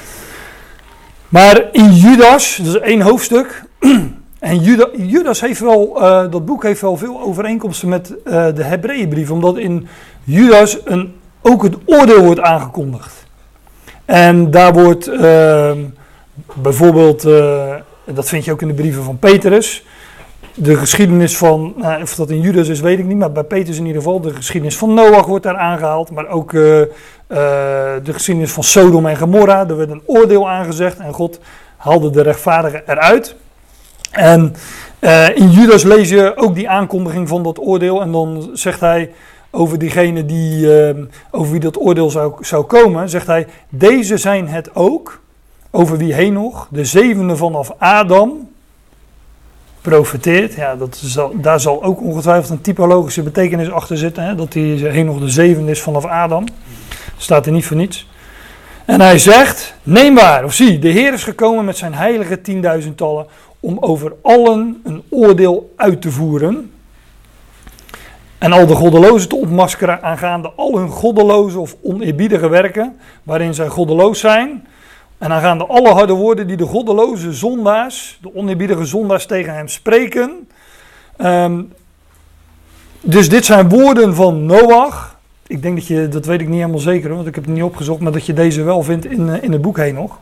Maar in Judas, dat is één hoofdstuk. En Judas, Judas heeft wel, uh, dat boek heeft wel veel overeenkomsten met uh, de Hebreeënbrief. Omdat in Judas een, ook het oordeel wordt aangekondigd. En daar wordt uh, bijvoorbeeld, uh, dat vind je ook in de brieven van Petrus. De geschiedenis van, nou, of dat in Judas is weet ik niet, maar bij Petrus in ieder geval. De geschiedenis van Noach wordt daar aangehaald. Maar ook uh, uh, de geschiedenis van Sodom en Gomorra. Er werd een oordeel aangezegd en God haalde de rechtvaardigen eruit. En uh, in Judas lees je ook die aankondiging van dat oordeel. En dan zegt hij over diegene die, uh, over wie dat oordeel zou, zou komen. Zegt hij, deze zijn het ook, over wie Henoch, de zevende vanaf Adam, geprofeteerd. Ja, dat zal, daar zal ook ongetwijfeld een typologische betekenis achter zitten. Hè? Dat hij Henoch de zevende is vanaf Adam. Staat er niet voor niets. En hij zegt, neem waar, of zie, de Heer is gekomen met zijn heilige tienduizendtallen om over allen een oordeel uit te voeren. En al de goddelozen te ontmaskeren aangaande al hun goddeloze of oneerbiedige werken, waarin zij goddeloos zijn. En aangaande alle harde woorden die de goddeloze zondaars, de oneerbiedige zondaars tegen hem spreken. Um, dus dit zijn woorden van Noach. Ik denk dat je, dat weet ik niet helemaal zeker, want ik heb het niet opgezocht, maar dat je deze wel vindt in, in het boek Henoch.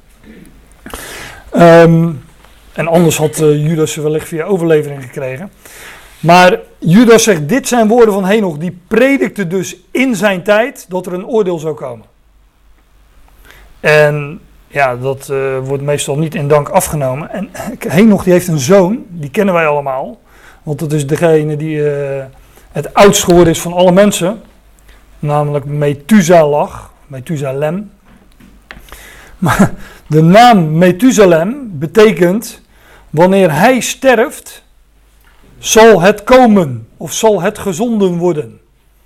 Um, en anders had uh, Judas ze wellicht via overlevering gekregen. Maar Judas zegt, dit zijn woorden van Henoch, die predikte dus in zijn tijd dat er een oordeel zou komen. En ja, dat uh, wordt meestal niet in dank afgenomen. En Henoch die heeft een zoon, die kennen wij allemaal. Want dat is degene die uh, het oudst geworden is van alle mensen. Namelijk Methuselah, Methusalem. Maar de naam Methusalem betekent, wanneer hij sterft, zal het komen of zal het gezonden worden.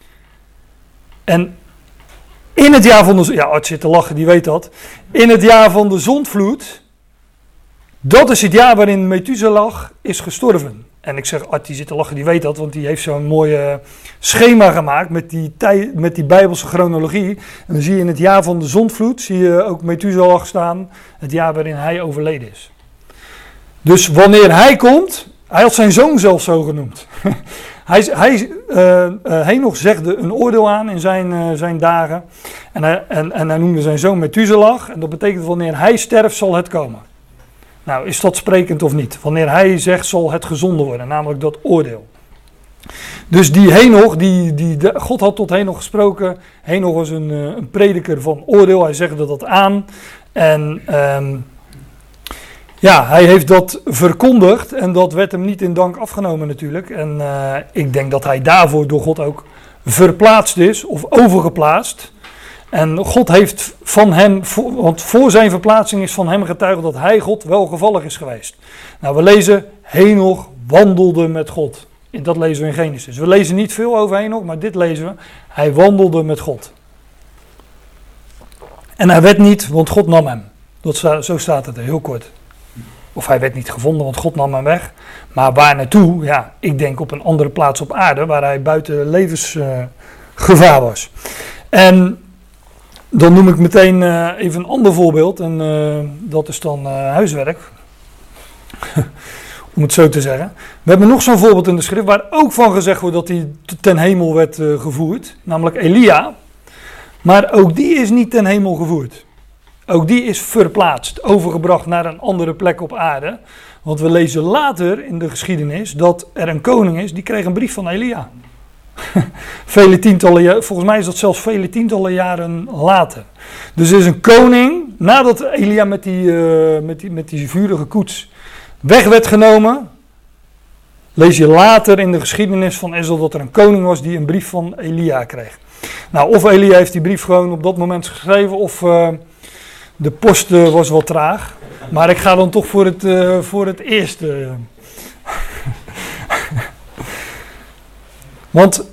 En in het jaar van de, ja, Art zit te lachen, die weet dat. In het jaar van de zondvloed, dat is het jaar waarin Methuselah is gestorven. En ik zeg, Art die zit te lachen, die weet dat, want die heeft zo'n mooi schema gemaakt met die, tij, met die Bijbelse chronologie. En dan zie je in het jaar van de zondvloed, zie je ook Methuselah staan, het jaar waarin hij overleden is. Dus wanneer hij komt, hij had zijn zoon zelfs zo genoemd. hij, hij, uh, uh, Henoch zegde een oordeel aan in zijn, uh, zijn dagen. En hij, en, en hij noemde zijn zoon Methuselah. En dat betekent wanneer hij sterft zal het komen. Nou, is dat sprekend of niet? Wanneer hij zegt zal het gezonden worden, namelijk dat oordeel. Dus die Henoch, die, die, de, God had tot Henoch gesproken. Henoch was een, uh, een prediker van oordeel, hij zegde dat aan. En Um, Ja, hij heeft dat verkondigd en dat werd hem niet in dank afgenomen natuurlijk. En uh, ik denk dat hij daarvoor door God ook verplaatst is of overgeplaatst. En God heeft van hem, want voor zijn verplaatsing is van hem getuigd dat hij God welgevallig is geweest. Nou, we lezen Henoch wandelde met God. Dat lezen we in Genesis. We lezen niet veel over Henoch, maar dit lezen we. Hij wandelde met God. En hij werd niet, want God nam hem. Dat, zo staat het er, heel kort. Of hij werd niet gevonden, want God nam hem weg. Maar waar naartoe? Ja, ik denk op een andere plaats op aarde, waar hij buiten levensgevaar uh, was. En dan noem ik meteen uh, even een ander voorbeeld. En uh, dat is dan uh, huiswerk. Om het zo te zeggen. We hebben nog zo'n voorbeeld in de schrift, waar ook van gezegd wordt dat hij ten hemel werd uh, gevoerd. Namelijk Elia. Maar ook die is niet ten hemel gevoerd. Ook die is verplaatst, overgebracht naar een andere plek op aarde. Want we lezen later in de geschiedenis dat er een koning is, die kreeg een brief van Elia. vele tientallen, volgens mij is dat zelfs vele tientallen jaren later. Dus er is een koning, nadat Elia met die, uh, met die, met die vurige koets weg werd genomen, lees je later in de geschiedenis van Israël dat er een koning was die een brief van Elia kreeg. Nou, of Elia heeft die brief gewoon op dat moment geschreven, of Uh, de post uh, was wat traag, maar ik ga dan toch voor het, uh, voor het eerste. Want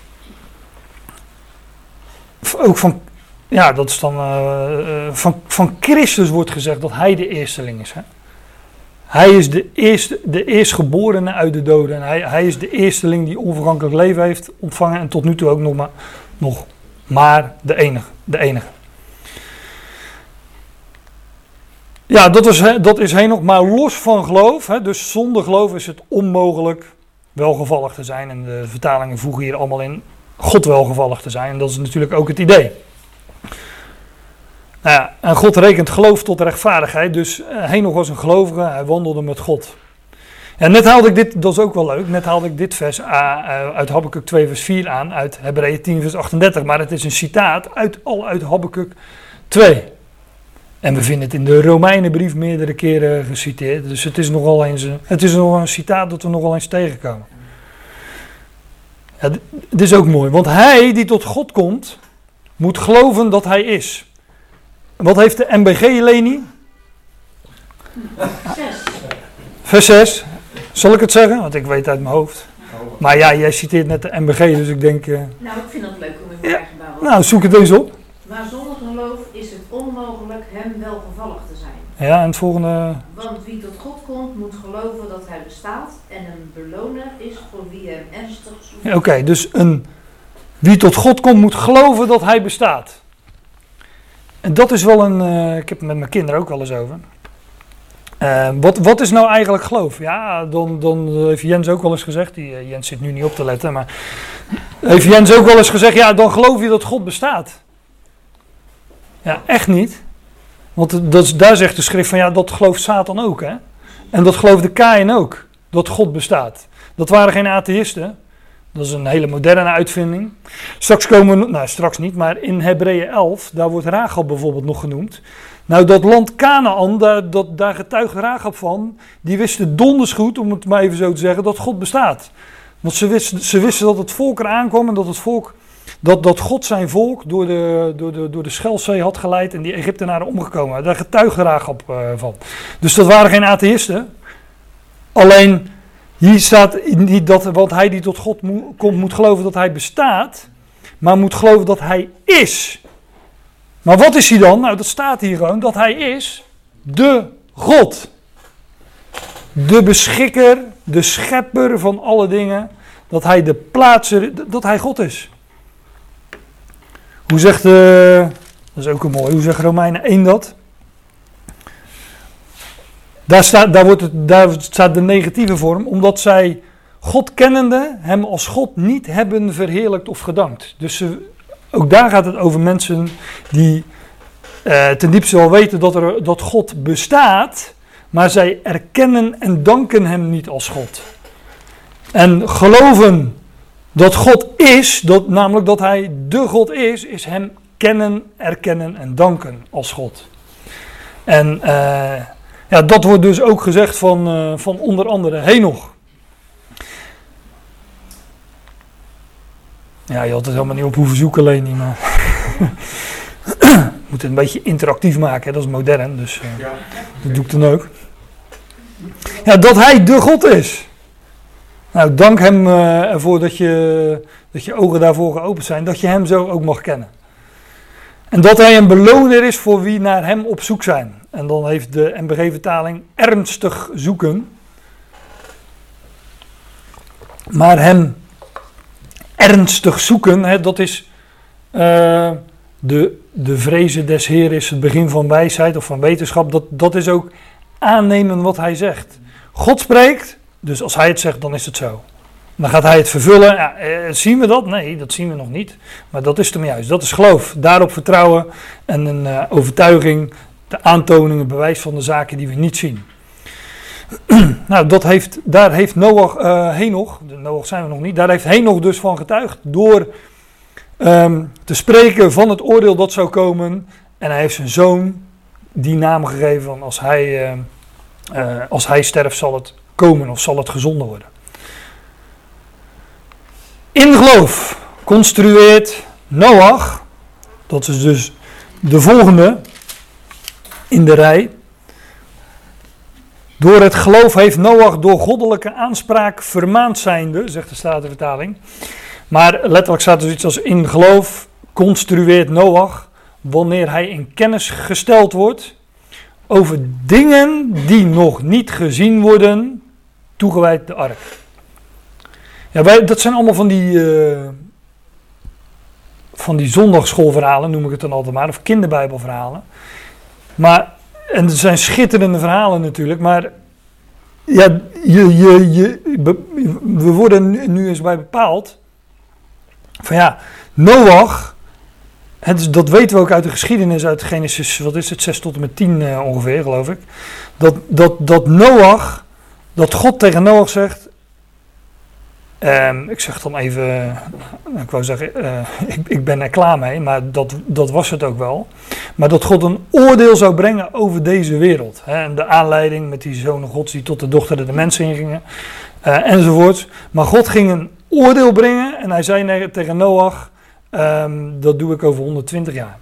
ook van, ja, dat is dan uh, uh, van, van Christus wordt gezegd dat hij de eersteling is. Hè? Hij is de, eerste, de eerstgeborene uit de doden en hij, hij is de eersteling die onvergankelijk leven heeft ontvangen en tot nu toe ook nog maar, nog maar de enige. De enige. Ja, dat is, dat is Henoch, maar los van geloof, hè, dus zonder geloof is het onmogelijk welgevallig te zijn. En de vertalingen voegen hier allemaal in God welgevallig te zijn. En dat is natuurlijk ook het idee. Nou ja, en God rekent geloof tot rechtvaardigheid, dus Henoch was een gelovige, hij wandelde met God. En net haalde ik dit, dat is ook wel leuk, net haalde ik dit vers uit Habakuk twee vers vier aan, uit Hebreeën tien vers achtendertig. Maar het is een citaat uit, al uit Habakuk twee. En we vinden het in de Romeinenbrief meerdere keren geciteerd. Dus het is nogal eens, het is nog een citaat dat we nogal eens tegenkomen. Ja, dit is ook mooi. Want hij die tot God komt, moet geloven dat hij is. Wat heeft de M B G, Leni? Zes. Vers zes. Zal ik het zeggen? Want ik weet het uit mijn hoofd. Oh, Maar ja, jij citeert net de M B G, dus ik denk... Uh, Nou, ik vind dat leuk om in mijn Ja. eigen Bijbel. nou, zoek het eens op. Maar zonder geloof is het onmogelijk hem welgevallig te zijn. Ja, en het volgende... Want wie tot God komt, moet geloven dat hij bestaat en een beloner is voor wie hem ernstig zoekt. Ja, Oké, okay, dus een, wie tot God komt, moet geloven dat hij bestaat. En dat is wel een... Uh, ik heb het met mijn kinderen ook wel eens over. Uh, wat, wat is nou eigenlijk geloof? Ja, dan, dan heeft Jens ook wel eens gezegd, die, uh, Jens zit nu niet op te letten, maar heeft Jens ook wel eens gezegd, ja, dan geloof je dat God bestaat. Ja, echt niet. Want dat, daar zegt de schrift van, ja, dat gelooft Satan ook, hè. En dat geloofde Kaïn ook, dat God bestaat. Dat waren geen atheïsten. Dat is een hele moderne uitvinding. Straks komen we, nou straks niet, maar in Hebreeën elf, daar wordt Rachab bijvoorbeeld nog genoemd. Nou, dat land Kanaan, daar, dat, daar getuigt Rachab van, die wisten donders goed, om het maar even zo te zeggen, dat God bestaat. Want ze wisten, ze wisten dat het volk eraan kwam en dat het volk, dat, dat God zijn volk door de, door, de, door de Schelfzee had geleid en die Egyptenaren omgekomen. Daar getuigde Rachab uh, van. Dus dat waren geen atheïsten. Alleen, hier staat niet dat, want hij die tot God mo- komt moet geloven dat hij bestaat, maar moet geloven dat hij is. Maar wat is hij dan? Nou, dat staat hier gewoon, dat hij is de God. De beschikker, de schepper van alle dingen. Dat hij de plaatser, dat hij God is. Hoe zegt, uh, dat is ook een mooi, hoe zegt Romeinen één dat? Daar staat, daar, wordt het, daar staat de negatieve vorm, omdat zij God kennende hem als God niet hebben verheerlijkt of gedankt. Dus ze, ook daar gaat het over mensen die uh, ten diepste wel weten dat, er, dat God bestaat, maar zij erkennen en danken hem niet als God. En geloven dat God is, dat, namelijk dat hij de God is, is hem kennen, erkennen en danken als God. En uh, ja, dat wordt dus ook gezegd van, uh, van onder andere Henoch. Ja, je had het helemaal niet op hoeven zoeken, Leni, maar je moet het een beetje interactief maken, hè? Dat is modern, dus uh, ja. Dat doe ik dan ook. Ja, dat hij de God is. Nou, dank hem uh, ervoor dat je, dat je ogen daarvoor geopend zijn, dat je hem zo ook mag kennen. En dat hij een beloner is voor wie naar hem op zoek zijn. En dan heeft de M B G-vertaling ernstig zoeken. Maar hem ernstig zoeken, hè, dat is uh, de, de vrezen des Heer is het begin van wijsheid of van wetenschap. Dat, dat is ook aannemen wat hij zegt. God spreekt, dus als hij het zegt, dan is het zo. Dan gaat hij het vervullen. Ja, eh, zien we dat? Nee, dat zien we nog niet. Maar dat is hem juist. Dat is geloof. Daarop vertrouwen en een uh, overtuiging, de aantoning, het bewijs van de zaken die we niet zien. Nou, dat heeft, daar heeft Noach, uh, Henoch, de Noach zijn we nog niet, daar heeft Henoch dus van getuigd door um, te spreken van het oordeel dat zou komen. En hij heeft zijn zoon die naam gegeven van als hij, uh, uh, als hij sterft zal het komen of zal het gezonden worden. In geloof construeert Noach, dat is dus de volgende in de rij. Door het geloof heeft Noach door goddelijke aanspraak vermaand zijnde, zegt de Statenvertaling. Maar letterlijk staat dus iets als in geloof construeert Noach, wanneer hij in kennis gesteld wordt over dingen die nog niet gezien worden, toegewijd de ark. Ja, wij, dat zijn allemaal van die, uh, van die zondagsschoolverhalen, noem ik het dan altijd maar, of kinderbijbelverhalen. Maar, en het zijn schitterende verhalen natuurlijk, maar ja, je, je, je, we worden nu eens bij bepaald van ja, Noach, het is, dat weten we ook uit de geschiedenis, uit Genesis, wat is het, zes tot en met tien uh, ongeveer, geloof ik. Dat, dat, dat Noach, dat God tegen Noach zegt, Um, ik zeg dan even, uh, ik wou zeggen, uh, ik, ik ben er klaar mee, maar dat, dat was het ook wel. Maar dat God een oordeel zou brengen over deze wereld. Hè, en de aanleiding met die zonen gods die tot de dochter de mensen ingingen, uh, enzovoort. Maar God ging een oordeel brengen en hij zei tegen Noach, um, dat doe ik over honderdtwintig jaar.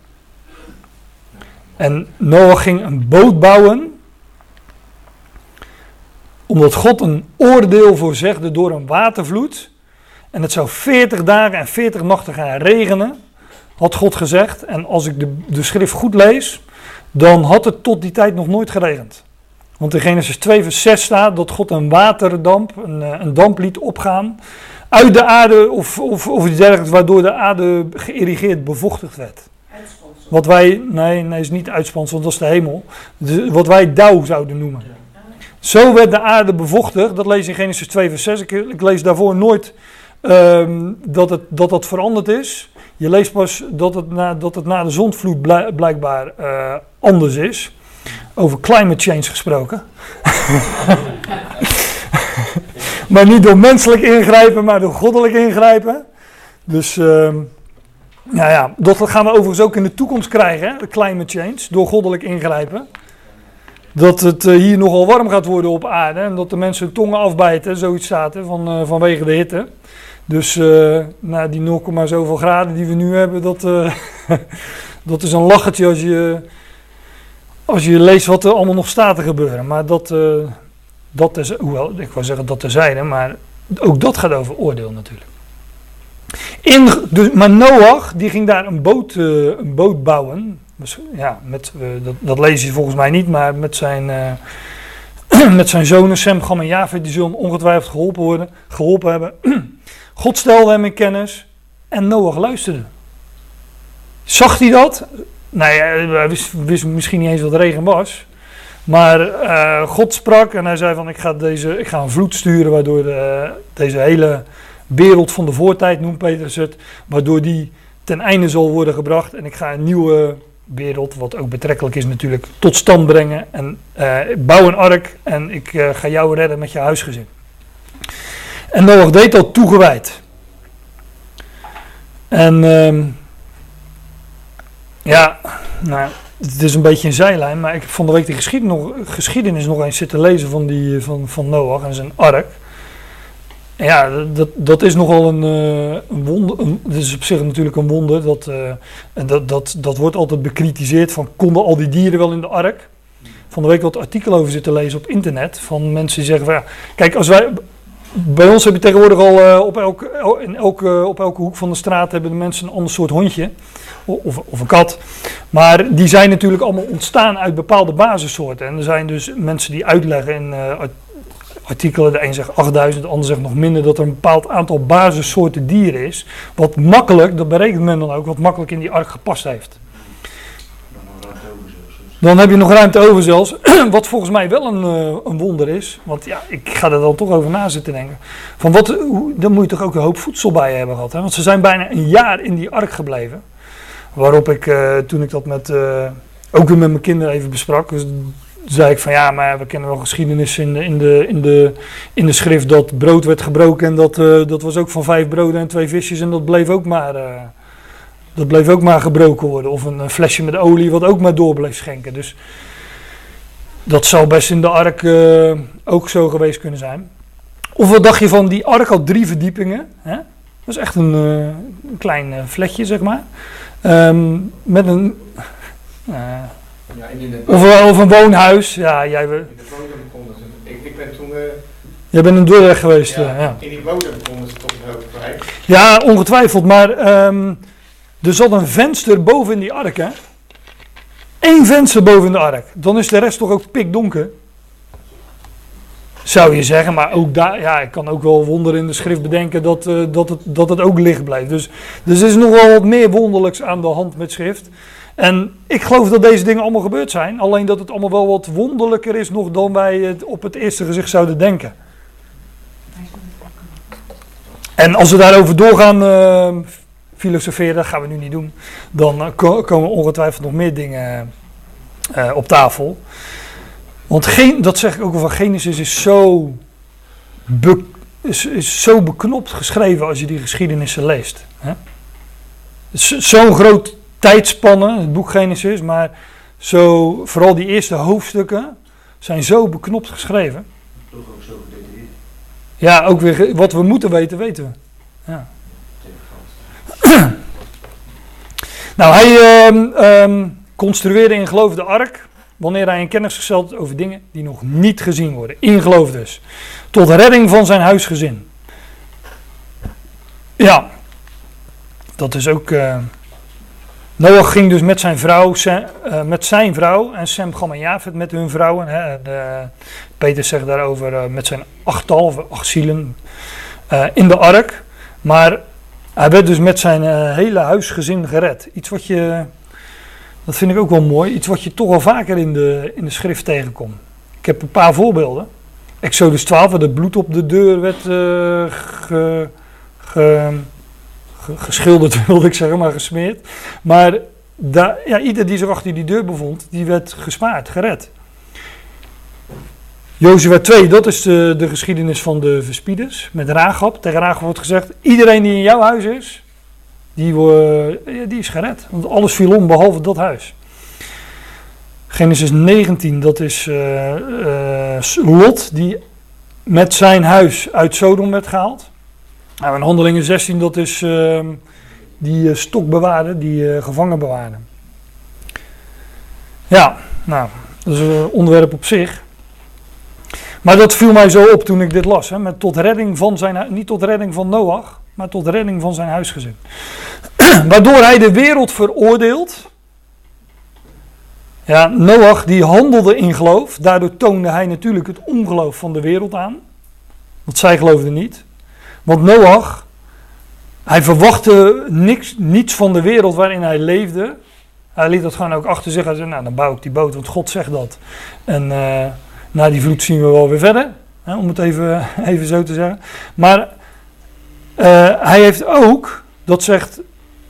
En Noach ging een boot bouwen, Omdat God een oordeel voorzegde door een watervloed. En het zou veertig dagen en veertig nachten gaan regenen. Had God gezegd. En als ik de, de schrift goed lees. Dan had het tot die tijd nog nooit geregend. Want in Genesis twee vers zes staat dat God een waterdamp, een, een damp liet opgaan. Uit de aarde of, of, of iets dergelijks. Waardoor de aarde geïrrigeerd bevochtigd werd. Uitspansel. Wat wij, nee, nee, is niet uitspansel, dat is de hemel. Dus wat wij dauw zouden noemen. Zo werd de aarde bevochtigd, dat lees je in Genesis twee vers zes. Ik, ik lees daarvoor nooit um, dat, het, dat dat veranderd is. Je leest pas dat het na, dat het na de zondvloed blijk, blijkbaar uh, anders is. Over climate change gesproken. Maar niet door menselijk ingrijpen, maar door goddelijk ingrijpen. Dus um, ja, ja, dat gaan we overigens ook in de toekomst krijgen, hè? De climate change, door goddelijk ingrijpen. Dat het uh, hier nogal warm gaat worden op aarde en dat de mensen hun tongen afbijten, zoiets staat er, van, uh, vanwege de hitte. Dus uh, nou, die nul komma zoveel graden die we nu hebben, dat, uh, dat is een lachertje als je, als je leest wat er allemaal nog staat te gebeuren. Maar dat, uh, dat is, hoewel, ik wou zeggen dat terzijde, maar ook dat gaat over oordeel natuurlijk. In, dus, maar Noach, die ging daar een boot, uh, een boot bouwen. Dus, ja, met, uh, dat, dat lees je volgens mij niet, maar met zijn, uh, met zijn zonen Sem, Gam en Jafet, die zullen ongetwijfeld geholpen, worden, geholpen hebben. God stelde hem in kennis en Noach luisterde. Zag hij dat? Nou ja, hij wist, wist misschien niet eens wat regen was. Maar uh, God sprak en hij zei van ik ga, deze, ik ga een vloed sturen waardoor de, deze hele wereld van de voortijd, noemt Petrus het, waardoor die ten einde zal worden gebracht. En ik ga een nieuwe wereld, wat ook betrekkelijk is natuurlijk, tot stand brengen. En uh, ik bouw een ark en ik uh, ga jou redden met je huisgezin. En Noach deed dat toegewijd. En uh, ja, nou, het is een beetje een zijlijn, maar ik heb van de week de geschiedenis nog, geschiedenis nog eens zitten lezen van, die, van, van Noach en zijn ark. En ja, dat, dat is nogal een, uh, een wonder. Een, dat is op zich natuurlijk een wonder. Dat, uh, en dat, dat, dat wordt altijd bekritiseerd van konden al die dieren wel in de ark? Van de week wat artikel over zitten lezen op internet van mensen die zeggen van ja, kijk als wij... Bij ons heb je tegenwoordig al uh, op, elke, in elke, op elke hoek van de straat hebben de mensen een ander soort hondje. Of, of een kat. Maar die zijn natuurlijk allemaal ontstaan uit bepaalde basissoorten. En er zijn dus mensen die uitleggen in uh, artikelen. De een zegt achtduizend, de ander zegt nog minder. Dat er een bepaald aantal basissoorten dieren is. Wat makkelijk, dat berekent men dan ook, wat makkelijk in die ark gepast heeft. Dan heb je nog ruimte over zelfs, wat volgens mij wel een, uh, een wonder is. Want ja, ik ga er dan toch over na zitten denken. Van wat, hoe, dan moet je toch ook een hoop voedsel bij je hebben gehad. Hè? Want ze zijn bijna een jaar in die ark gebleven. Waarop ik, uh, toen ik dat met, uh, ook weer met mijn kinderen even besprak. Dus zei ik van ja, maar we kennen wel geschiedenis in de, in de, in de, in de schrift dat brood werd gebroken. En dat, uh, dat was ook van vijf broden en twee visjes en dat bleef ook maar... Uh, Dat bleef ook maar gebroken worden. Of een, een flesje met olie wat ook maar door bleef schenken. Dus dat zou best in de ark uh, ook zo geweest kunnen zijn. Of wat dacht je van die ark had drie verdiepingen. Hè? Dat is echt een, uh, een klein uh, vlekje zeg maar. Um, met een... Uh, Ja, en in de of, uh, of een woonhuis. Ja, jij... In de bodem konden ze... Ik, ik ben toen... Uh, jij bent in Dordrecht geweest. ja, Uh, ja. In die bodem konden ze tot een hoog bereik. Ja, ongetwijfeld. Maar... Um, er zat een venster boven in die ark, hè? Eén venster boven in de ark. Dan is de rest toch ook pikdonker? Zou je zeggen, maar ook daar, ja, ik kan ook wel wonderen in de schrift bedenken dat, uh, dat, het, dat het ook licht blijft. Dus, dus er is nog wel wat meer wonderlijks aan de hand met schrift. En ik geloof dat deze dingen allemaal gebeurd zijn. Alleen dat het allemaal wel wat wonderlijker is nog dan wij het op het eerste gezicht zouden denken. En als we daarover doorgaan... Uh, filosoferen, dat gaan we nu niet doen. Dan uh, ko- komen ongetwijfeld nog meer dingen uh, op tafel. Want geen, dat zeg ik ook al van Genesis is zo, be, is, is zo beknopt geschreven als je die geschiedenissen leest. Hè? Zo'n groot tijdspanne, het boek Genesis, maar zo, vooral die eerste hoofdstukken zijn zo beknopt geschreven. Toch ook zo gedetailleerd. Ja, ook weer wat we moeten weten, weten we. Ja. Nou, hij um, um, construeerde in geloof de ark. wanneer hij in kennis gesteld is over dingen die nog niet gezien worden. In geloof dus. Tot redding van zijn huisgezin. Ja, dat is ook... Uh, Noach ging dus met zijn vrouw, Sem, uh, met zijn vrouw en Sem, Gam en Jafet met hun vrouwen. Hè, de, Peter zegt daarover uh, met zijn achttal of acht zielen uh, in de ark. Maar hij werd dus met zijn uh, hele huisgezin gered. Iets wat je, dat vind ik ook wel mooi, iets wat je toch wel vaker in de, in de schrift tegenkomt. Ik heb een paar voorbeelden. Exodus twaalf, waar het bloed op de deur werd uh, ge, ge, ge, geschilderd, wilde ik zeggen, maar gesmeerd. Maar da, ja, ieder die zich achter die deur bevond, die werd gespaard, gered. Jozua twee, dat is de, de geschiedenis van de verspieders. Met Rahab. Tegen Rahab wordt gezegd, iedereen die in jouw huis is, die, uh, die is gered. Want alles viel om, behalve dat huis. Genesis negentien, dat is uh, uh, Lot, die met zijn huis uit Sodom werd gehaald. Nou, en Handelingen zestien, dat is uh, die uh, stokbewaarder, die uh, gevangenbewaarder. Ja, nou, dat is een onderwerp op zich. Maar dat viel mij zo op toen ik dit las. Hè, met tot redding van zijn, niet tot redding van Noach, maar tot redding van zijn huisgezin. Waardoor hij de wereld veroordeelt. Ja, Noach die handelde in geloof. Daardoor toonde hij natuurlijk het ongeloof van de wereld aan. Want zij geloofden niet. Want Noach, hij verwachtte niks, niets van de wereld waarin hij leefde. Hij liet dat gewoon ook achter zich. Hij zei, nou dan bouw ik die boot, want God zegt dat. En uh, na die vloed zien we wel weer verder. Hè, om het even, even zo te zeggen. Maar uh, hij heeft ook, dat zegt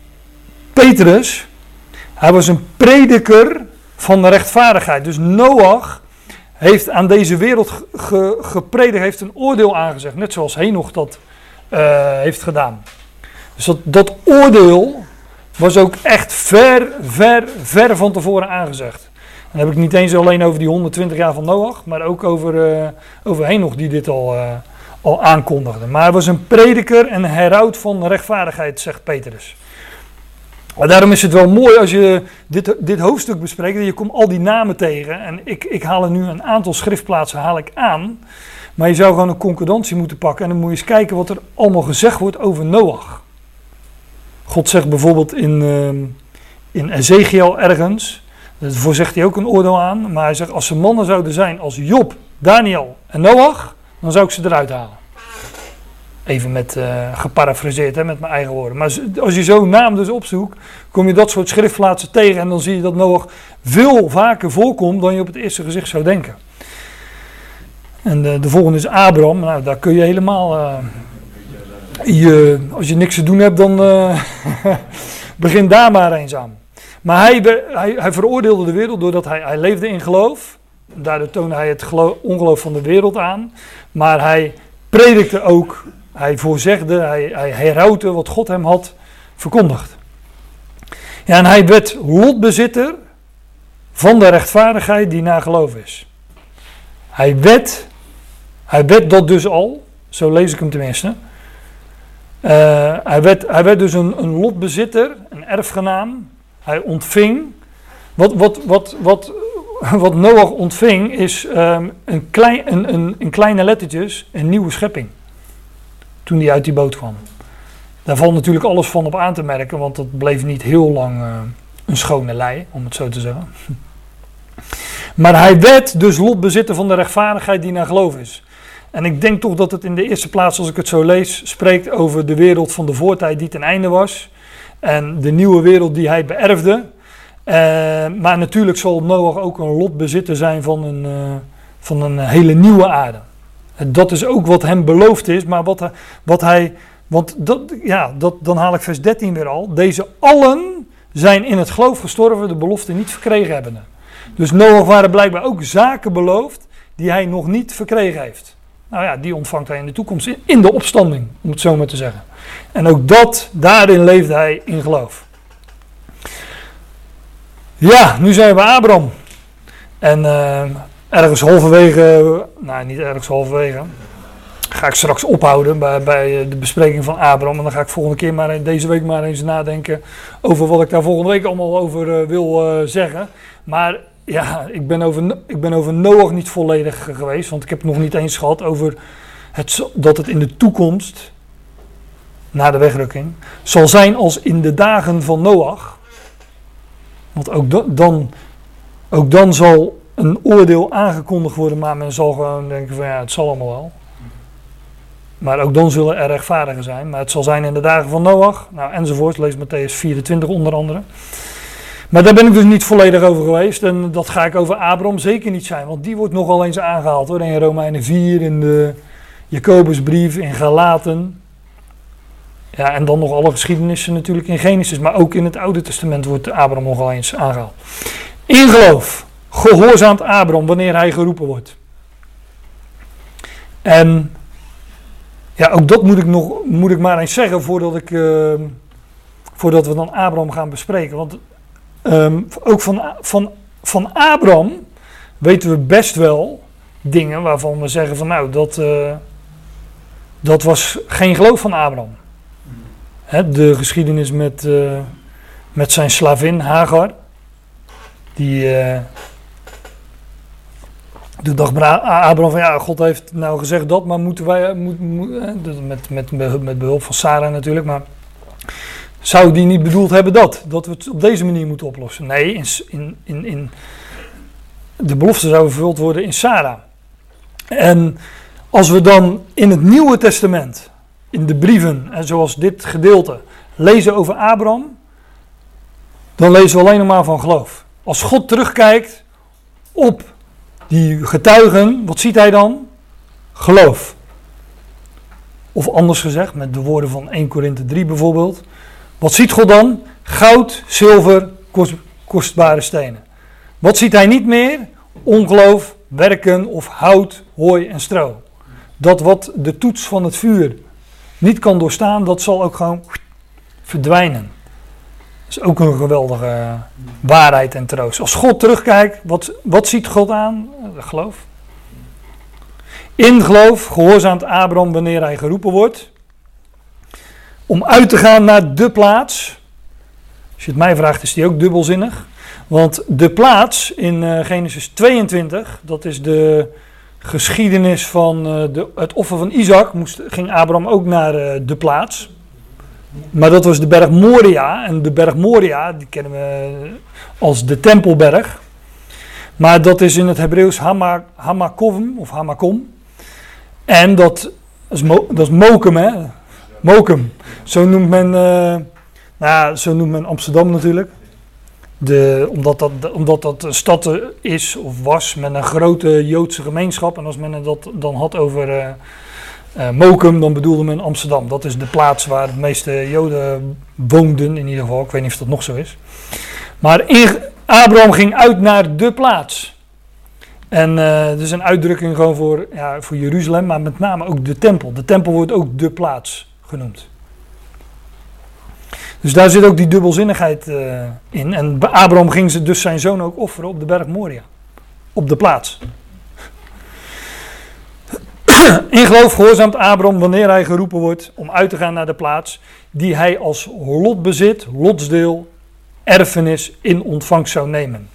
Petrus, hij was een prediker van de rechtvaardigheid. Dus Noach heeft aan deze wereld ge, ge, gepredikt, heeft een oordeel aangezegd. Net zoals Henoch dat uh, heeft gedaan. Dus dat, dat oordeel was ook echt ver, ver, ver van tevoren aangezegd. En dan heb ik niet eens alleen over die honderdtwintig jaar van Noach, maar ook over, uh, over Henoch die dit al, uh, al aankondigde. Maar hij was een prediker en een heraut van rechtvaardigheid, zegt Petrus. Maar daarom is het wel mooi als je dit, dit hoofdstuk bespreekt. Je komt al die namen tegen. En ik, ik haal er nu een aantal schriftplaatsen haal ik aan. Maar je zou gewoon een concordantie moeten pakken. En dan moet je eens kijken wat er allemaal gezegd wordt over Noach. God zegt bijvoorbeeld in, uh, in Ezekiel ergens. Daarvoor zegt hij ook een oordeel aan. Maar hij zegt als ze mannen zouden zijn als Job, Daniel en Noach. Dan zou ik ze eruit halen. Even met uh, geparafraseerd, hè, met mijn eigen woorden. Maar als je zo'n naam dus opzoekt, kom je dat soort schriftplaatsen tegen. En dan zie je dat Noach veel vaker voorkomt dan je op het eerste gezicht zou denken. En de, de volgende is Abraham. Nou, daar kun je helemaal... Uh, je, als je niks te doen hebt, dan uh, begin daar maar eens aan. Maar hij, hij, hij veroordeelde de wereld doordat hij, hij leefde in geloof. Daardoor toonde hij het geloof, ongeloof van de wereld aan. Maar hij predikte ook... Hij voorzegde, hij, hij herhoutte wat God hem had verkondigd. Ja, en hij werd lotbezitter van de rechtvaardigheid die naar geloof is. Hij werd, hij werd dat dus al, zo lees ik hem tenminste. Uh, hij, werd, hij werd dus een, een lotbezitter, een erfgenaam. Hij ontving, wat, wat, wat, wat, wat Noach ontving is um, een, klein, een, een, in kleine lettertjes een nieuwe schepping. Toen hij uit die boot kwam. Daar valt natuurlijk alles van op aan te merken, want dat bleef niet heel lang uh, een schone lei, om het zo te zeggen. Maar hij werd dus lotbezitter van de rechtvaardigheid die naar geloof is. En ik denk toch dat het in de eerste plaats, als ik het zo lees, spreekt over de wereld van de voortijd die ten einde was. En de nieuwe wereld die hij beërfde. Uh, maar natuurlijk zal Noach ook een lotbezitter zijn van een, uh, van een hele nieuwe aarde. Dat is ook wat hem beloofd is, maar wat, wat hij, want dat, ja, dat, dan haal ik vers dertien weer al. Deze allen zijn in het geloof gestorven, de belofte niet verkregen hebbende. Dus Noach waren blijkbaar ook zaken beloofd die hij nog niet verkregen heeft. Nou ja, die ontvangt hij in de toekomst in, in de opstanding, om het zo maar te zeggen. En ook dat, daarin leefde hij in geloof. Ja, nu zijn we bij Abraham. En... Uh, Ergens halverwege, nou niet ergens halverwege, ga ik straks ophouden bij, bij de bespreking van Abraham. En dan ga ik volgende keer maar deze week maar eens nadenken over wat ik daar volgende week allemaal over uh, wil uh, zeggen. Maar ja, ik ben, over, ik ben over Noach niet volledig geweest, want ik heb het nog niet eens gehad over het, dat het in de toekomst, na de wegrukking, zal zijn als in de dagen van Noach. Want ook, do, dan, ook dan zal een oordeel aangekondigd worden, maar men zal gewoon denken van ja, het zal allemaal wel. Maar ook dan zullen er rechtvaardigen zijn. Maar het zal zijn in de dagen van Noach, nou enzovoort, lees Matthäus vierentwintig onder andere. Maar daar ben ik dus niet volledig over geweest. En dat ga ik over Abraham zeker niet zijn. Want die wordt nogal eens aangehaald hoor. In Romeinen vier, in de Jacobusbrief, in Galaten. Ja, en dan nog alle geschiedenissen natuurlijk in Genesis. Maar ook in het Oude Testament wordt Abraham nogal eens aangehaald. In geloof gehoorzaamt Abraham wanneer hij geroepen wordt. En ja, ook dat moet ik, nog, moet ik maar eens zeggen voordat, ik, uh, voordat we dan Abraham gaan bespreken. Want um, ook van, van, van Abraham weten we best wel dingen waarvan we zeggen van nou, dat, uh, dat was geen geloof van Abraham. Hè, de geschiedenis met, uh, met zijn slavin Hagar. Die... Uh, Toen dacht Abraham van ja, God heeft nou gezegd dat, maar moeten wij, moet, moet, met, met, met behulp van Sarah natuurlijk, maar zou die niet bedoeld hebben dat? Dat we het op deze manier moeten oplossen? Nee, in, in, in, in de belofte zou vervuld worden in Sarah. En als we dan in het Nieuwe Testament, in de brieven, en zoals dit gedeelte, lezen over Abraham, dan lezen we alleen nog maar van geloof. Als God terugkijkt op die getuigen, wat ziet hij dan? Geloof. Of anders gezegd, met de woorden van eerste Korinthe drie bijvoorbeeld. Wat ziet God dan? Goud, zilver, kost, kostbare stenen. Wat ziet hij niet meer? Ongeloof, werken of hout, hooi en stro. Dat wat de toets van het vuur niet kan doorstaan, dat zal ook gewoon verdwijnen. Dat is ook een geweldige uh, waarheid en troost. Als God terugkijkt, wat, wat ziet God aan? Uh, geloof. In geloof gehoorzaamt Abraham wanneer hij geroepen wordt. Om uit te gaan naar de plaats. Als je het mij vraagt, is die ook dubbelzinnig. Want de plaats in uh, Genesis tweeëntwintig, dat is de geschiedenis van uh, de, het offer van Isaac, moest, ging Abraham ook naar uh, de plaats. Maar dat was de berg Moria. En de berg Moria, die kennen we als de Tempelberg. Maar dat is in het Hebreeuws Hama, Hamakom of Hamakom. En dat is, Mo, dat is Mokum, hè? Mokum. Zo noemt men, uh, nou, zo noemt men Amsterdam natuurlijk. De, omdat, dat, omdat dat een stad is of was met een grote Joodse gemeenschap. En als men dat dan had over uh, uh, Mokum, dan bedoelde men Amsterdam. Dat is de plaats waar de meeste Joden woonden in ieder geval. Ik weet niet of dat nog zo is. Maar in, Abraham ging uit naar de plaats. En uh, dat is een uitdrukking gewoon voor, ja, voor Jeruzalem, maar met name ook de tempel. De tempel wordt ook de plaats genoemd. Dus daar zit ook die dubbelzinnigheid uh, in. En bij Abraham ging ze dus zijn zoon ook offeren op de berg Moria. Op de plaats. In geloof gehoorzaamt Abraham wanneer hij geroepen wordt om uit te gaan naar de plaats die hij als lotbezit, lotsdeel, erfenis in ontvangst zou nemen.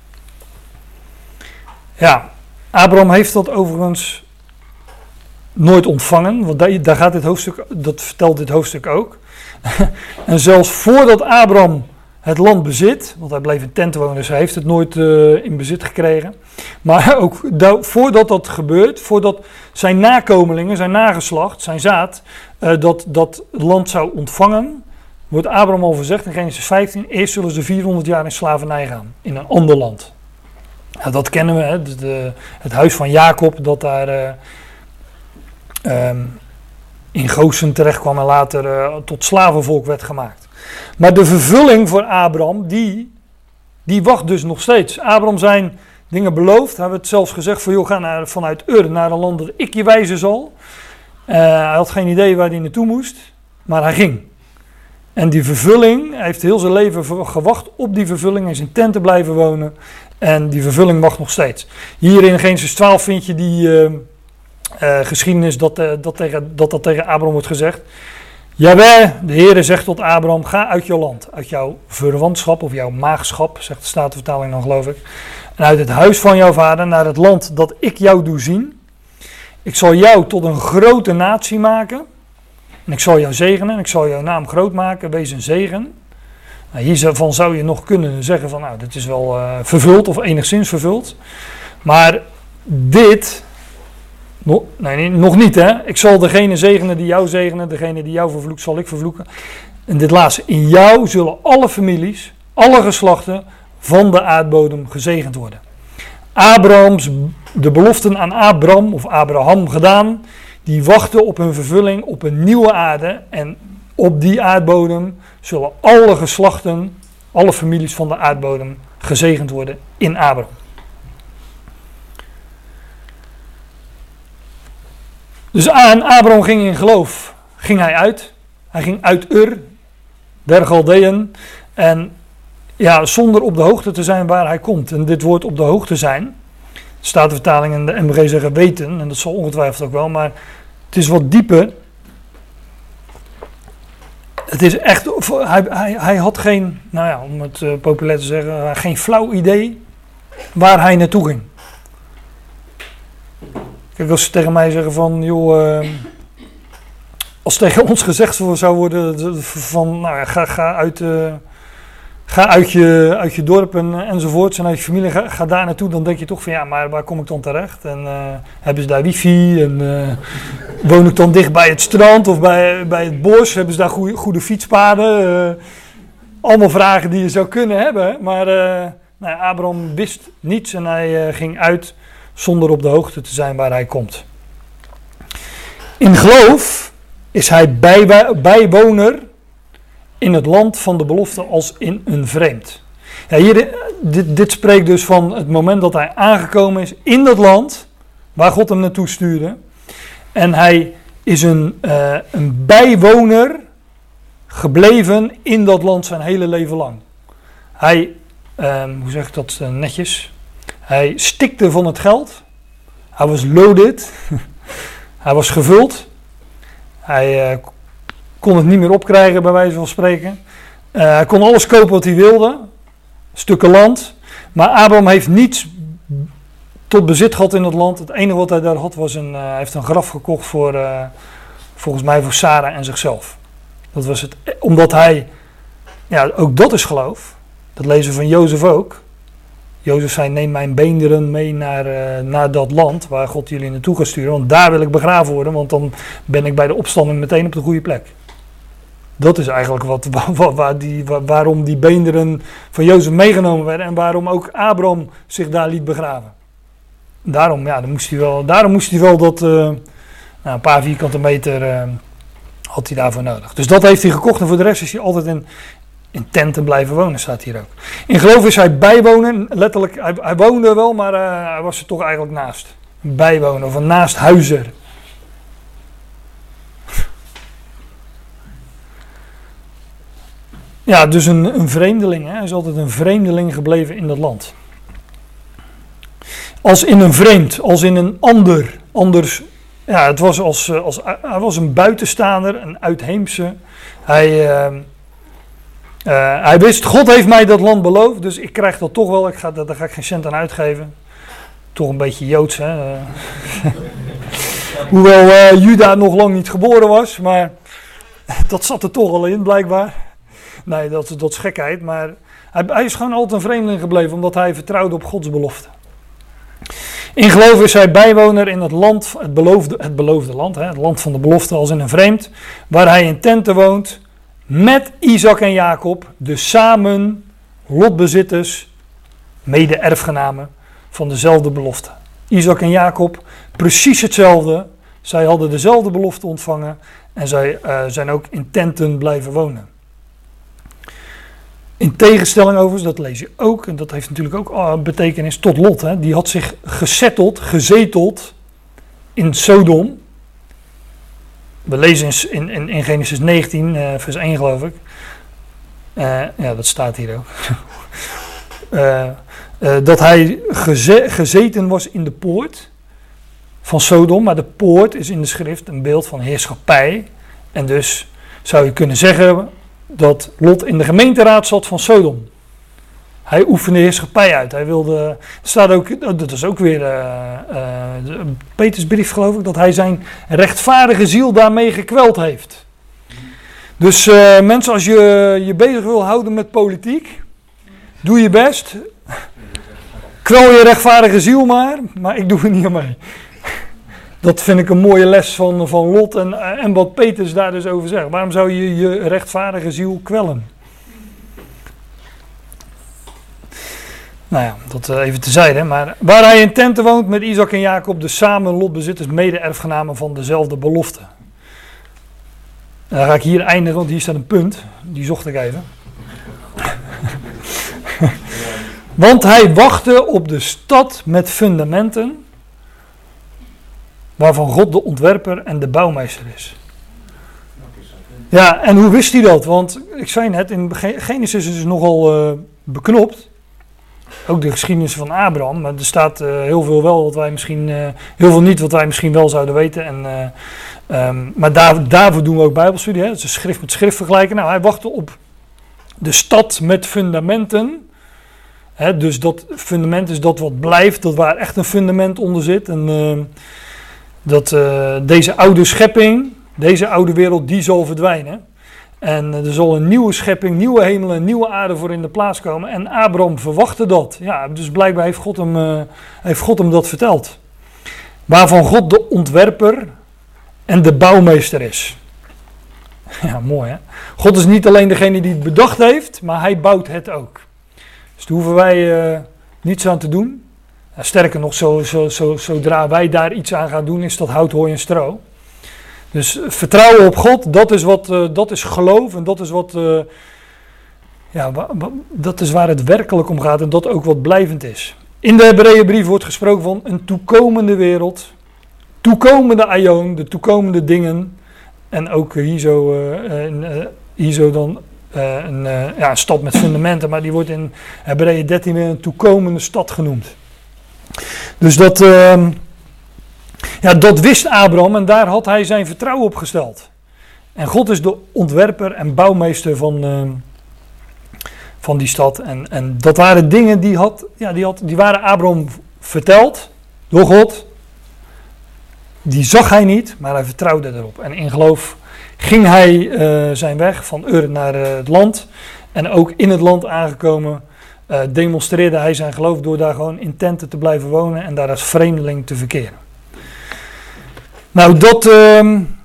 Ja, Abraham heeft dat overigens nooit ontvangen, want daar, daar gaat dit hoofdstuk, dat vertelt dit hoofdstuk ook. En zelfs voordat Abraham het land bezit, want hij bleef in tenten wonen, dus hij heeft het nooit uh, in bezit gekregen. Maar ook da- voordat dat gebeurt, voordat zijn nakomelingen, zijn nageslacht, zijn zaad, uh, dat, dat land zou ontvangen, wordt Abraham al gezegd in Genesis vijftien, eerst zullen ze vierhonderd jaar in slavernij gaan, in een ander land. Nou, dat kennen we, hè, de, de, het huis van Jacob, dat daar uh, um, in Goshen terecht kwam en later uh, tot slavenvolk werd gemaakt. Maar de vervulling voor Abraham, die, die wacht dus nog steeds. Abraham zijn dingen beloofd, hij werd zelfs gezegd van, joh, ga naar, vanuit Ur naar een land dat ik je wijzen zal. Uh, hij had geen idee waar hij naartoe moest, maar hij ging. En die vervulling, hij heeft heel zijn leven gewacht op die vervulling, hij is in tenten blijven wonen. En die vervulling wacht nog steeds. Hier in Genesis twaalf vind je die uh, uh, geschiedenis dat, uh, dat, tegen, dat dat tegen Abraham wordt gezegd. Jawel, de Heere zegt tot Abraham, ga uit jouw land, uit jouw verwantschap of jouw maagschap, zegt de Statenvertaling dan geloof ik. en uit het huis van jouw vader naar het land dat ik jou doe zien. Ik zal jou tot een grote natie maken. En ik zal jou zegenen en ik zal jouw naam groot maken. Wees een zegen. Nou, hiervan zou je nog kunnen zeggen van nou, dit is wel uh, vervuld of enigszins vervuld. Maar dit, no, nee, nog niet hè. Ik zal degene zegenen die jou zegenen, degene die jou vervloekt zal ik vervloeken. En dit laatste, in jou zullen alle families, alle geslachten van de aardbodem gezegend worden. Abrahams, de beloften aan Abraham of Abraham gedaan, die wachten op hun vervulling op een nieuwe aarde. En op die aardbodem zullen alle geslachten, alle families van de aardbodem gezegend worden in Abraham. Dus aan Abraham ging in geloof, ging hij uit. Hij ging uit Ur, der Galdeën. En ja, zonder op de hoogte te zijn waar hij komt. En dit woord op de hoogte zijn, de Statenvertaling en de M B G zeggen weten. En dat zal ongetwijfeld ook wel, maar het is wat dieper. Het is echt, hij, hij, hij had geen, nou ja, om het uh, populair te zeggen, geen flauw idee waar hij naartoe ging. Kijk, als ze tegen mij zeggen van, joh, uh, als tegen ons gezegd zou worden van, nou ja, ga, ga uit, uh, ga uit je, uit je dorp en, enzovoorts en uit je familie, ga, ga daar naartoe, dan denk je toch van, ja, maar waar kom ik dan terecht? En uh, hebben ze daar wifi en uh, woon ik dan dicht bij het strand of bij, bij het bos? Hebben ze daar goede, goede fietspaden? Uh, allemaal vragen die je zou kunnen hebben, maar uh, nou ja, Abraham wist niets en hij uh, ging uit zonder op de hoogte te zijn waar hij komt. In geloof is hij bij, bijwoner in het land van de belofte als in een vreemd. Ja, hier, dit, dit spreekt dus van het moment dat hij aangekomen is in dat land waar God hem naartoe stuurde. En hij is een, uh, een bijwoner gebleven in dat land zijn hele leven lang. Hij, uh, hoe zeg ik dat uh, netjes? Hij stikte van het geld. Hij was loaded. Hij was gevuld. Hij uh, kon het niet meer opkrijgen, bij wijze van spreken. Uh, hij kon alles kopen wat hij wilde. Stukken land. Maar Abraham heeft niets tot bezit gehad in het land. Het enige wat hij daar had was een, uh, hij heeft een graf gekocht voor, uh, volgens mij voor Sarah en zichzelf. Dat was het. Omdat hij, ja, ook dat is geloof. Dat lezen we van Jozef ook. Jozef zei, neem mijn beenderen mee naar, uh, naar dat land waar God jullie naartoe gaat sturen. Want daar wil ik begraven worden, want dan ben ik bij de opstanding meteen op de goede plek. Dat is eigenlijk wat, waar, waar die, waar, waarom die beenderen van Jozef meegenomen werden en waarom ook Abraham zich daar liet begraven. Daarom, ja, dan moest hij wel, daarom moest hij wel dat, uh, nou, een paar vierkante meter uh, had hij daarvoor nodig. Dus dat heeft hij gekocht en voor de rest is hij altijd in... In tenten blijven wonen, staat hier ook. In geloof is hij bijwonen, letterlijk, hij, hij woonde wel, maar uh, hij was er toch eigenlijk naast. Een bijwoner of een naasthuizer. Ja, dus een, een vreemdeling, hè? Hij is altijd een vreemdeling gebleven in dat land. Als in een vreemd, als in een ander, anders. Ja, het was als, als, hij was een buitenstaander, een uitheemse. Hij... Uh, Uh, hij wist, God heeft mij dat land beloofd, dus ik krijg dat toch wel, ik ga, daar ga ik geen cent aan uitgeven. Toch een beetje Joods, hè. Uh, hoewel uh, Juda nog lang niet geboren was, maar dat zat er toch al in, blijkbaar. Nee, dat, dat is gekheid, maar hij, hij is gewoon altijd een vreemdeling gebleven, omdat hij vertrouwde op Gods belofte. In geloof is hij bijwoner in het land, het beloofde, het beloofde land, hè, het land van de belofte als in een vreemd, waar hij in tenten woont, met Isaac en Jacob, de samen lotbezitters, mede-erfgenamen van dezelfde belofte. Isaac en Jacob, precies hetzelfde. Zij hadden dezelfde belofte ontvangen en zij uh, zijn ook in tenten blijven wonen. In tegenstelling overigens, dat lees je ook, en dat heeft natuurlijk ook uh, betekenis tot Lot. Hè. Die had zich gezetteld, gezeteld in Sodom. We lezen in, in, in Genesis negentien, uh, vers één geloof ik. Uh, ja, dat staat hier ook. uh, uh, dat hij geze, gezeten was in de poort van Sodom. Maar de poort is in de schrift een beeld van heerschappij. En dus zou je kunnen zeggen dat Lot in de gemeenteraad zat van Sodom. Hij oefende heerschappij uit. Hij wilde, er staat ook, dat is ook weer uh, uh, Petersbrief geloof ik, dat hij zijn rechtvaardige ziel daarmee gekweld heeft. Dus uh, mensen, als je je bezig wil houden met politiek, doe je best. Kwel je rechtvaardige ziel maar, maar ik doe er niet aan mee. Dat vind ik een mooie les van, van Lot en, en wat Petrus daar dus over zegt. Waarom zou je je rechtvaardige ziel kwellen? Nou ja, dat even tezijde. Maar waar hij in tenten woont met Isaac en Jacob, dus samen lotbezitters, mede-erfgenamen van dezelfde belofte. En dan ga ik hier eindigen, want hier staat een punt. Die zocht ik even. Want hij wachtte op de stad met fundamenten, waarvan God de ontwerper en de bouwmeester is. Ja, en hoe wist hij dat? Want ik zei net, in Genesis is het nogal uh, beknopt. Ook de geschiedenis van Abraham. Maar er staat uh, heel veel wel wat wij misschien, uh, heel veel niet wat wij misschien wel zouden weten. En, uh, um, maar daar, daarvoor doen we ook bijbelstudie. Hè? Dat is schrift met schrift vergelijken. Nou, hij wachtte op de stad met fundamenten. Hè? Dus dat fundament is dat wat blijft, dat waar echt een fundament onder zit. En uh, dat uh, deze oude schepping, deze oude wereld, die zal verdwijnen. En er zal een nieuwe schepping, nieuwe hemel en nieuwe aarde voor in de plaats komen. En Abraham verwachtte dat. Ja, dus blijkbaar heeft God hem, uh, heeft God hem dat verteld. Waarvan God de ontwerper en de bouwmeester is. Ja, mooi hè. God is niet alleen degene die het bedacht heeft, maar hij bouwt het ook. Dus daar hoeven wij uh, niets aan te doen. Ja, sterker nog, zo, zo, zo, zodra wij daar iets aan gaan doen, is dat hout, hooi en stro. Dus vertrouwen op God, dat is, wat, uh, dat is geloof en dat is, wat, uh, ja, wa, wa, dat is waar het werkelijk om gaat en dat ook wat blijvend is. In de Hebreeënbrief wordt gesproken van een toekomende wereld, toekomende aion, de toekomende dingen en ook hier zo, uh, uh, hier zo dan uh, een, uh, ja, een stad met fundamenten, maar die wordt in Hebreeën dertien weer een toekomende stad genoemd. Dus dat... Uh, Ja, dat wist Abraham en daar had hij zijn vertrouwen op gesteld. En God is de ontwerper en bouwmeester van, uh, van die stad. En, en dat waren dingen die, had, ja, die, had, die waren Abraham verteld door God. Die zag hij niet, maar hij vertrouwde erop. En in geloof ging hij uh, zijn weg van Ur naar uh, het land. En ook in het land aangekomen uh, demonstreerde hij zijn geloof door daar gewoon in tenten te blijven wonen en daar als vreemdeling te verkeren. Nou, dat, uh,